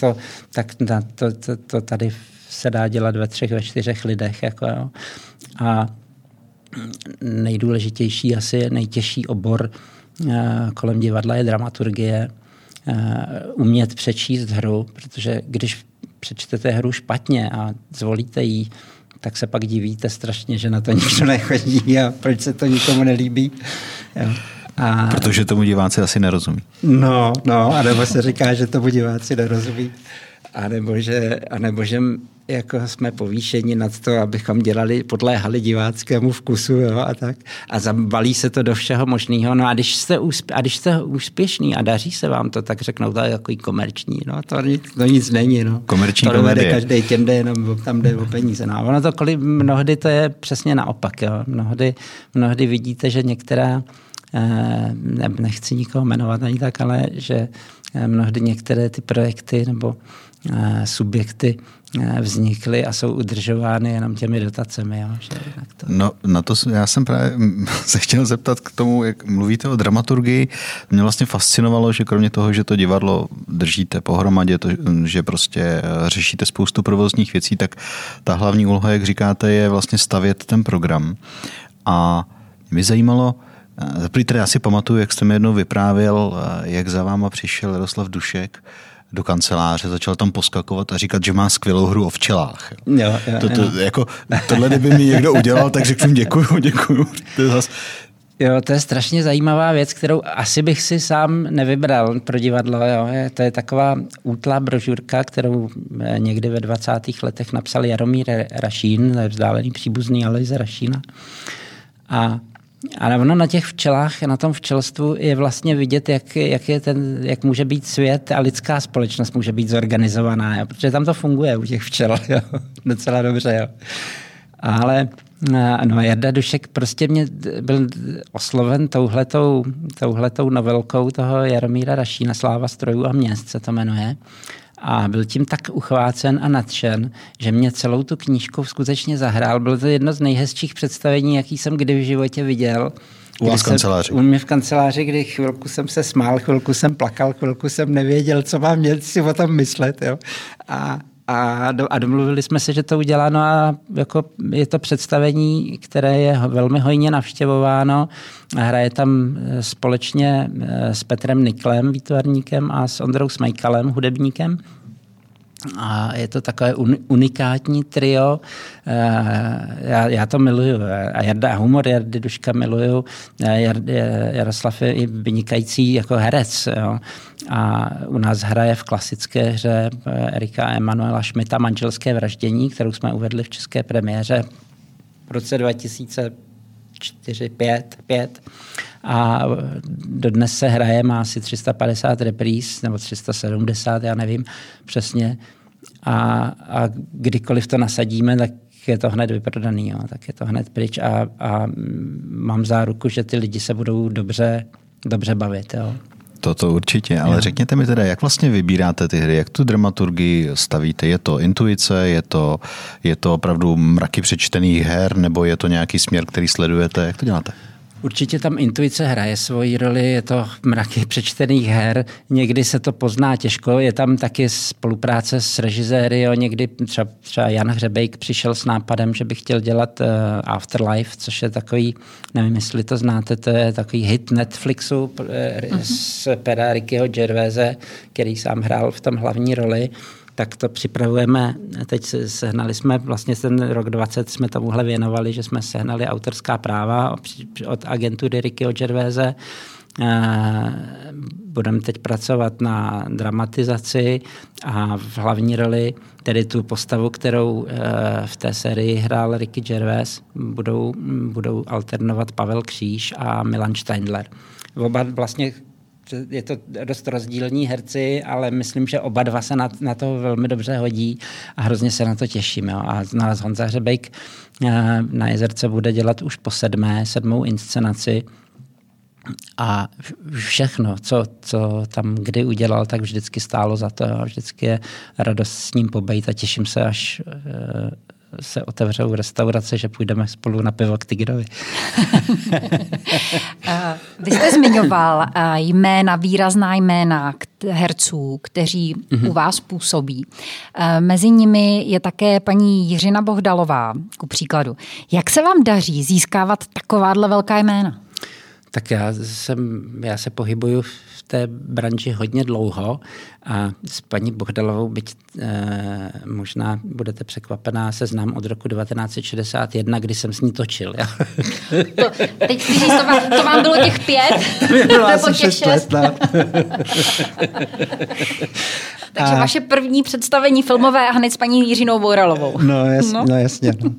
to tady se dá dělat ve 3, ve 4 lidech. Jako, jo. A nejdůležitější, asi nejtěžší obor kolem divadla je dramaturgie. Umět přečíst hru, protože když přečtete hru špatně a zvolíte ji, tak se pak divíte strašně, že na to nikdo nechodí a proč se to nikomu nelíbí. Jo. Protože tomu diváci asi nerozumí. No, a nebo se říká, že tomu diváci nerozumí. A nebo že jako jsme povýšeni nad to, abychom podléhali diváckému vkusu, jo, a tak. A zabalí se to do všeho možného. No a když jste úspěšný a daří se vám to, tak řeknou, to je takový komerční. No to nic není. No. Komerční to komedie. Každý těm jde jenom, tam jde o peníze. No. Ono to mnohdy to je přesně naopak. Jo. Mnohdy vidíte, že některá, nechci nikoho jmenovat ani tak, ale že mnohdy některé ty projekty nebo subjekty vznikly a jsou udržovány jenom těmi dotacemi. Jo? Že to... No, na to já jsem právě se chtěl zeptat k tomu, jak mluvíte o dramaturgii. Mě vlastně fascinovalo, že kromě toho, že to divadlo držíte pohromadě, že prostě řešíte spoustu provozních věcí, tak ta hlavní úloha, jak říkáte, je vlastně stavět ten program. A mě zajímalo, já si pamatuju, jak jste mi jednou vyprávěl, jak za váma přišel Jaroslav Dušek do kanceláře, začal tam poskakovat a říkat, že má skvělou hru o včelách. Jo. Jako, tohle, kdyby mi někdo udělal, tak řeknu děkuju. Jo, to je strašně zajímavá věc, kterou asi bych si sám nevybral pro divadlo. Jo. To je taková útlá brožurka, kterou někdy ve 20. letech napsal Jaromír Rašín, vzdálený příbuzný Alojze Rašína. Ale ono na těch včelách, na tom včelstvu je vlastně vidět, jak může být svět a lidská společnost může být zorganizovaná, jo? Protože tam to funguje u těch včel, jo? Docela dobře. Jo? Ale Jarda Dušek prostě mě byl osloven touhletou novelkou toho Jaromíra Rašína, Sláva strojů a měst se to jmenuje. A byl tím tak uchvácen a nadšen, že mě celou tu knížku skutečně zahrál. Bylo to jedno z nejhezčích představení, jaký jsem kdy v životě viděl. U vás v kanceláři? U mě v kanceláři, kdy chvilku jsem se smál, chvilku jsem plakal, chvilku jsem nevěděl, co mám si o tom myslet. Jo. A domluvili jsme se, že to udělá. No a jako je to představení, které je velmi hojně navštěvováno. Hraje tam společně s Petrem Niklem, výtvarníkem, a s Ondrou Smejkalem, hudebníkem. A je to takové unikátní trio. Já to miluju. A humor Jardy Duška miluju. Jaroslav je i vynikající jako herec. Jo. A u nás hraje v klasické hře Erika Emanuela Schmidta Manželské vraždění, kterou jsme uvedli v české premiéře v roce 2004-2005. A dodnes se hraje, má asi 350 repríz, nebo 370, já nevím přesně. A kdykoliv to nasadíme, tak je to hned vyprodaný, jo. Tak je to hned pryč a mám záruku, že ty lidi se budou dobře bavit. Jo. To určitě, ale řekněte mi teda, jak vlastně vybíráte ty hry, jak tu dramaturgii stavíte? Je to intuice, je to opravdu mraky přečtených her, nebo je to nějaký směr, který sledujete? Jak to děláte? Určitě tam intuice hraje svoji roli, je to mraky přečtených her, někdy se to pozná těžko, je tam taky spolupráce s režiséry, jo. Někdy třeba Jan Hřebejk přišel s nápadem, že by chtěl dělat Afterlife, což je takový, nevím, jestli to znáte, to je takový hit Netflixu z pera Rickyho Gervaise, který sám hrál v tom hlavní roli. Tak to připravujeme, teď sehnali jsme, vlastně ten rok 20 jsme tomuhle věnovali, že jsme sehnali autorská práva od agentury Rickyho Gervaise. Budeme teď pracovat na dramatizaci a v hlavní roli, tedy tu postavu, kterou v té sérii hrál Ricky Gervais, budou alternovat Pavel Kříž a Milan Steindler. Oba vlastně je to dost rozdílní herci, ale myslím, že oba dva se na to velmi dobře hodí a hrozně se na to těším. Jo. A nás Honza Hřebejk na Jezerce bude dělat už po sedmou inscenaci a všechno, co tam kdy udělal, tak vždycky stálo za to. Jo. Vždycky je radost s ním pobejt a těším se, až se otevřou restaurace, že půjdeme spolu na pivo k Tigrovi. Vy jste zmiňoval výrazná jména herců, kteří u vás působí. Mezi nimi je také paní Jiřina Bohdalová, ku příkladu. Jak se vám daří získávat takováhle velká jména? Tak já se pohybuju v té branži hodně dlouho a s paní Bohdalovou, byť možná budete překvapená, se znám od roku 1961, kdy jsem s ní točil. Teď chci říct, to vám bylo těch 5 nebo těch 6. Takže vaše první představení filmové a hned s paní Jiřinou Bouralovou. No jasně. No.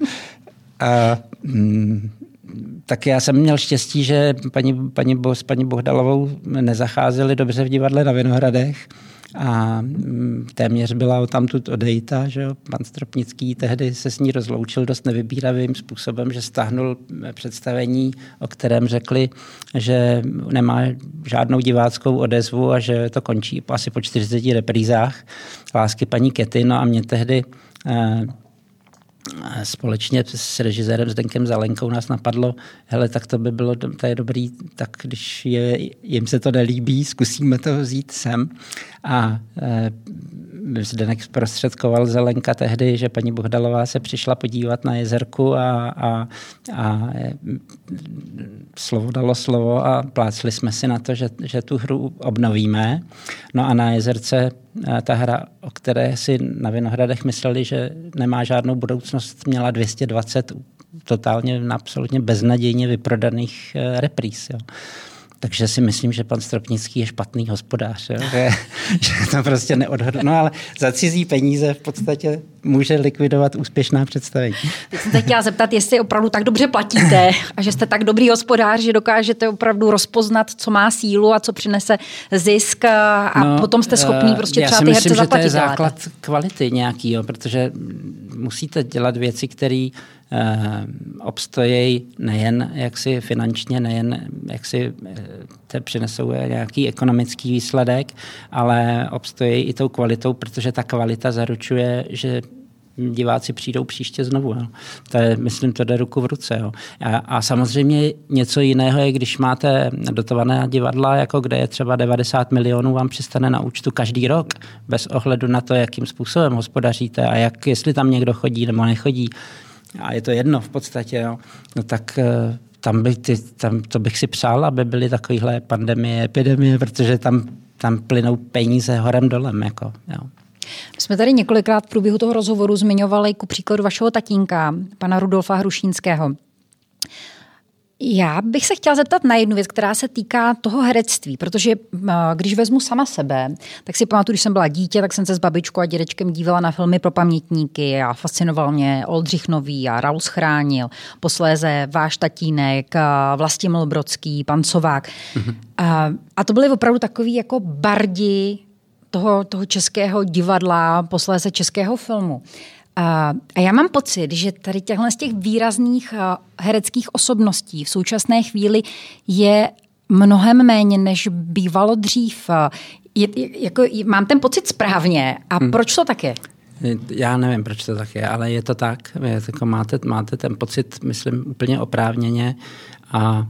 Tak já jsem měl štěstí, že s paní Bohdalovou nezacházeli dobře v divadle na Vinohradech a téměř byla odtamtud odejita, že jo. Pan Stropnický tehdy se s ní rozloučil dost nevybíravým způsobem, že stáhnul představení, o kterém řekli, že nemá žádnou diváckou odezvu a že to končí asi po 40 reprízách Lásky paní Kety. No a mě tehdy společně s režisérem Zdenkem Zelenkou nás napadlo, hele, tak to by bylo, to je dobrý, tak když jim se to nelíbí, zkusíme to vzít sem. A Zdenek zprostředkoval Zelenka tehdy, že paní Bohdalová se přišla podívat na Jezerku a slovo dalo slovo a plácli jsme si na to, že tu hru obnovíme. No a na Jezerce ta hra, o které si na Vinohradech mysleli, že nemá žádnou budoucnost, měla 220 totálně absolutně beznadějně vyprodaných repríz. Jo. Takže si myslím, že pan Stropnický je špatný hospodář. Jo? Že to prostě neodhodl. No ale za cizí peníze v podstatě může likvidovat úspěšná představení. Teď jsem se chtěla zeptat, jestli opravdu tak dobře platíte a že jste tak dobrý hospodář, že dokážete opravdu rozpoznat, co má sílu a co přinese zisk a potom jste schopný prostě třeba ty herce zaplatit. Já si myslím, že to je základ kvality nějaký, jo, protože musíte dělat věci, které obstojí nejen jaksi finančně, nejen jaksi přinesou nějaký ekonomický výsledek, ale obstojí i tou kvalitou, protože ta kvalita zaručuje, že diváci přijdou příště znovu. Jo. To je, myslím, to jde ruku v ruce. Jo. A samozřejmě něco jiného je, když máte dotované divadla, jako kde je třeba 90 milionů vám přistane na účtu každý rok, bez ohledu na to, jakým způsobem hospodaříte a jestli tam někdo chodí nebo nechodí. A je to jedno v podstatě, jo. No tak to bych si přál, aby byly takovéhle pandemie, epidemie, protože tam plynou peníze horem dolem. Jako, jo. My jsme tady několikrát v průběhu toho rozhovoru zmiňovali ku příkladu vašeho tatínka, pana Rudolfa Hrušínského. Já bych se chtěla zeptat na jednu věc, která se týká toho herectví, protože když vezmu sama sebe, tak si pamatuju, když jsem byla dítě, tak jsem se s babičkou a dědečkem dívala na filmy pro pamětníky a fascinoval mě Oldřich Nový a Raus Chránil, posléze váš tatínek, Vlastimil Brodský, pan Sovák. Mm-hmm. A to byly opravdu takový jako bardi toho českého divadla, posléze českého filmu. A já mám pocit, že tady těchto z těch výrazných hereckých osobností v současné chvíli je mnohem méně, než bývalo dřív. Mám ten pocit správně. A proč to tak je? Já nevím, proč to tak je, ale je to tak. Máte ten pocit, myslím, úplně oprávněně a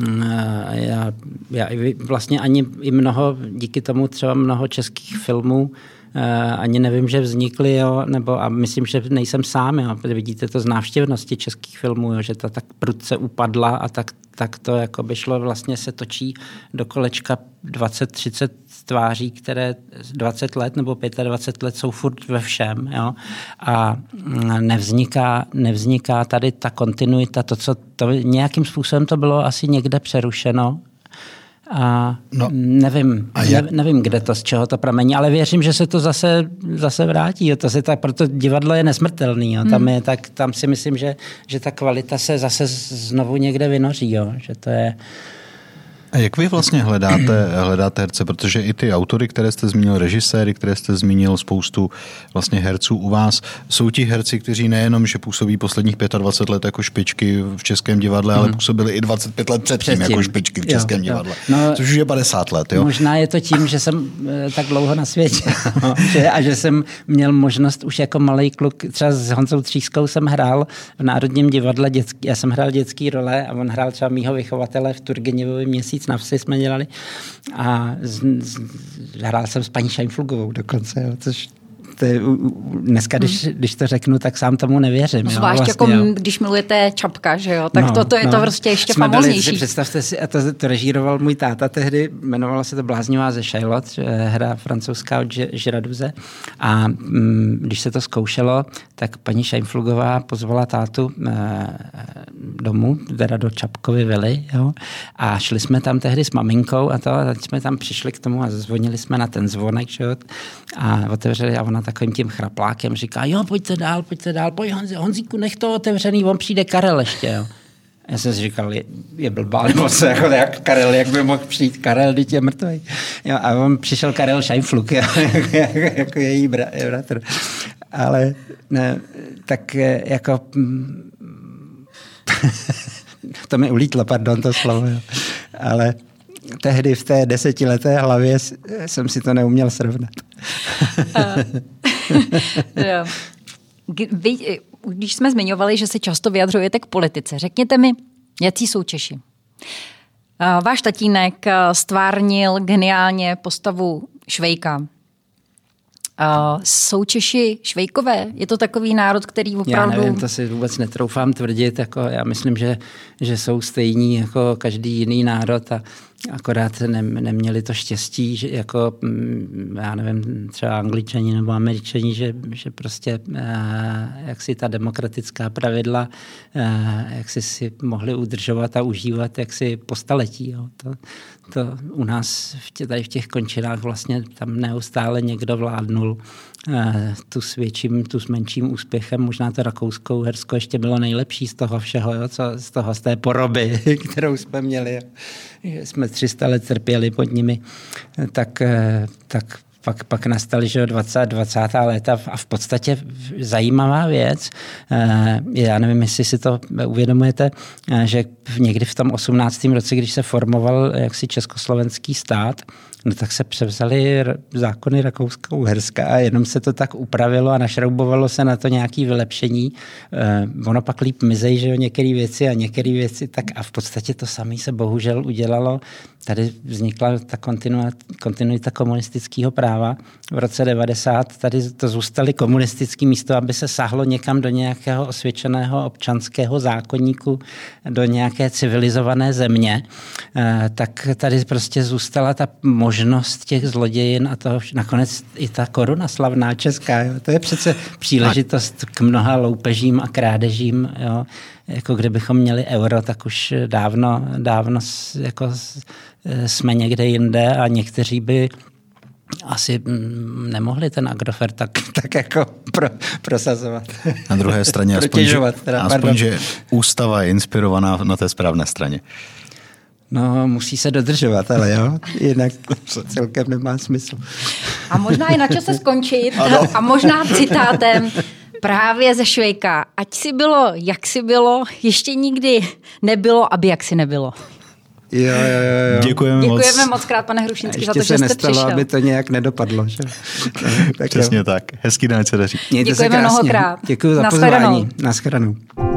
já vlastně ani i díky tomu třeba mnoho českých filmů ani nevím, že vznikly, jo, a myslím, že nejsem sám. Jo. Vidíte to z návštěvnosti českých filmů, jo, že ta tak prudce upadla a tak to jako by šlo, vlastně se točí do kolečka 20-30 tváří, které 20 let nebo 25 let jsou furt ve všem. Jo. A nevzniká tady ta kontinuita, to nějakým způsobem to bylo asi někde přerušeno. A nevím, kde to, z čeho to pramení, ale věřím, že se to zase vrátí. Jo. Proto divadlo je nesmrtelný. Jo. Tam si myslím, že ta kvalita se zase znovu někde vynoří. Jo. Že to je... A jak vy vlastně hledáte herce? Protože i ty autory, které jste zmínil, režiséry, které jste zmínil, spoustu vlastně herců u vás, jsou ti herci, kteří nejenom, že působí posledních 25 let jako špičky v českém divadle, ale působili i 25 let předtím jako špičky v českém divadle. No, což už je 50 let. Jo? Možná je to tím, že jsem tak dlouho na světě a že jsem měl možnost už jako malej kluk, třeba s Honzou Třískou jsem hrál v Národním divadle, já jsem hrál dětský role a on hrál třeba mýho vychovatele v Turgeněvovi Měsíc na vsi jsme dělali a hrál jsem s paní Šajnflugovou dokonce, jo, Dneska, když to řeknu, tak sám tomu nevěřím. No, zvlášť vlastně, jako když milujete Čapka, že jo, tak to je to prostě ještě famóznější. Představte si, a to režíroval můj táta tehdy, jmenovalo se to Bláznivá ze Charlotte, hra francouzská od Giraduze. A když se to zkoušelo, tak paní Šajnflugová pozvala tátu domů, teda do Čapkovy vily, jo, a šli jsme tam tehdy s maminkou a teď jsme tam přišli k tomu a zvonili jsme na ten zvonek, že jo, a otevřeli a ona takovým tím chraplákem říká, jo, pojďte dál, pojď Honzíku, nech to otevřený, on přijde Karel ještě, jo. Já jsem si říkal, je blbá, nebo se jako jak Karel, jak by mohl přijít Karel, teď je mrtvý. Jo, a on přišel Karel Šajnfluk, jako její bratr. Ale ne, tak jako to mi ulítlo, pardon, to slovo, jo. Ale tehdy v té 10leté hlavě jsem si to neuměl srovnat. Když jsme zmiňovali, že se často vyjadřujete k politice, řekněte mi, jací jsou Češi? Váš tatínek stvárnil geniálně postavu Švejka. Jsou Češi Švejkové? Je to takový národ, který opravdu... Já nevím, to si vůbec netroufám tvrdit. Jako já myslím, že jsou stejní jako každý jiný národ a akorát neměli to štěstí, že jako, já nevím, třeba Angličani nebo Američani, že prostě jak si ta demokratická pravidla jak si mohli udržovat a užívat jak si po staletí. Jo. To u nás tady v těch končinách vlastně tam neustále někdo vládnul tu s větším, tu s menším úspěchem. Možná to Rakousko-Uhersko ještě bylo nejlepší z toho všeho, jo, z té poroby, kterou jsme měli. Jo. Jsme 300 let trpěli pod nimi, tak pak nastaly, že 20. léta a v podstatě zajímavá věc. Já nevím, jestli si to uvědomujete, že někdy v tom 18. roce, když se formoval jaksi československý stát, no tak se převzaly zákony Rakouska-Uherska a jenom se to tak upravilo a našroubovalo se na to nějaké vylepšení. Ono pak líp mizej, že jo, některé věci tak a v podstatě to samé se bohužel udělalo. Tady vznikla ta kontinuita komunistického práva v roce 90. Tady to zůstaly komunistické místo, aby se sahlo někam do nějakého osvědčeného občanského zákoníku, do nějaké civilizované země. Tak tady prostě zůstala ta možnost těch zlodějin a toho nakonec i ta koruna slavná česká. Jo. To je přece příležitost k mnoha loupežím a krádežím. Jo. Jako kdybychom měli euro, tak už dávno jako jsme někde jinde a někteří by asi nemohli ten Agrofert tak jako prosazovat. Na druhé straně aspoň, že ústava je inspirovaná na té správné straně. No, musí se dodržovat, ale jo, jinak to celkem nemá smysl. A možná je na čase skončit a možná citátem právě ze Švejka. Ať si bylo, jak si bylo, ještě nikdy nebylo, aby jak si nebylo. Jo. Děkujeme moc krát, pane Hrušínský, za to, že jste nestalo, přišel. aby to nějak nedopadlo. Že? Přesně tak. Hezký den, se daří. Děkujeme mnohokrát. Děkuji za pozvání. Naschledanou.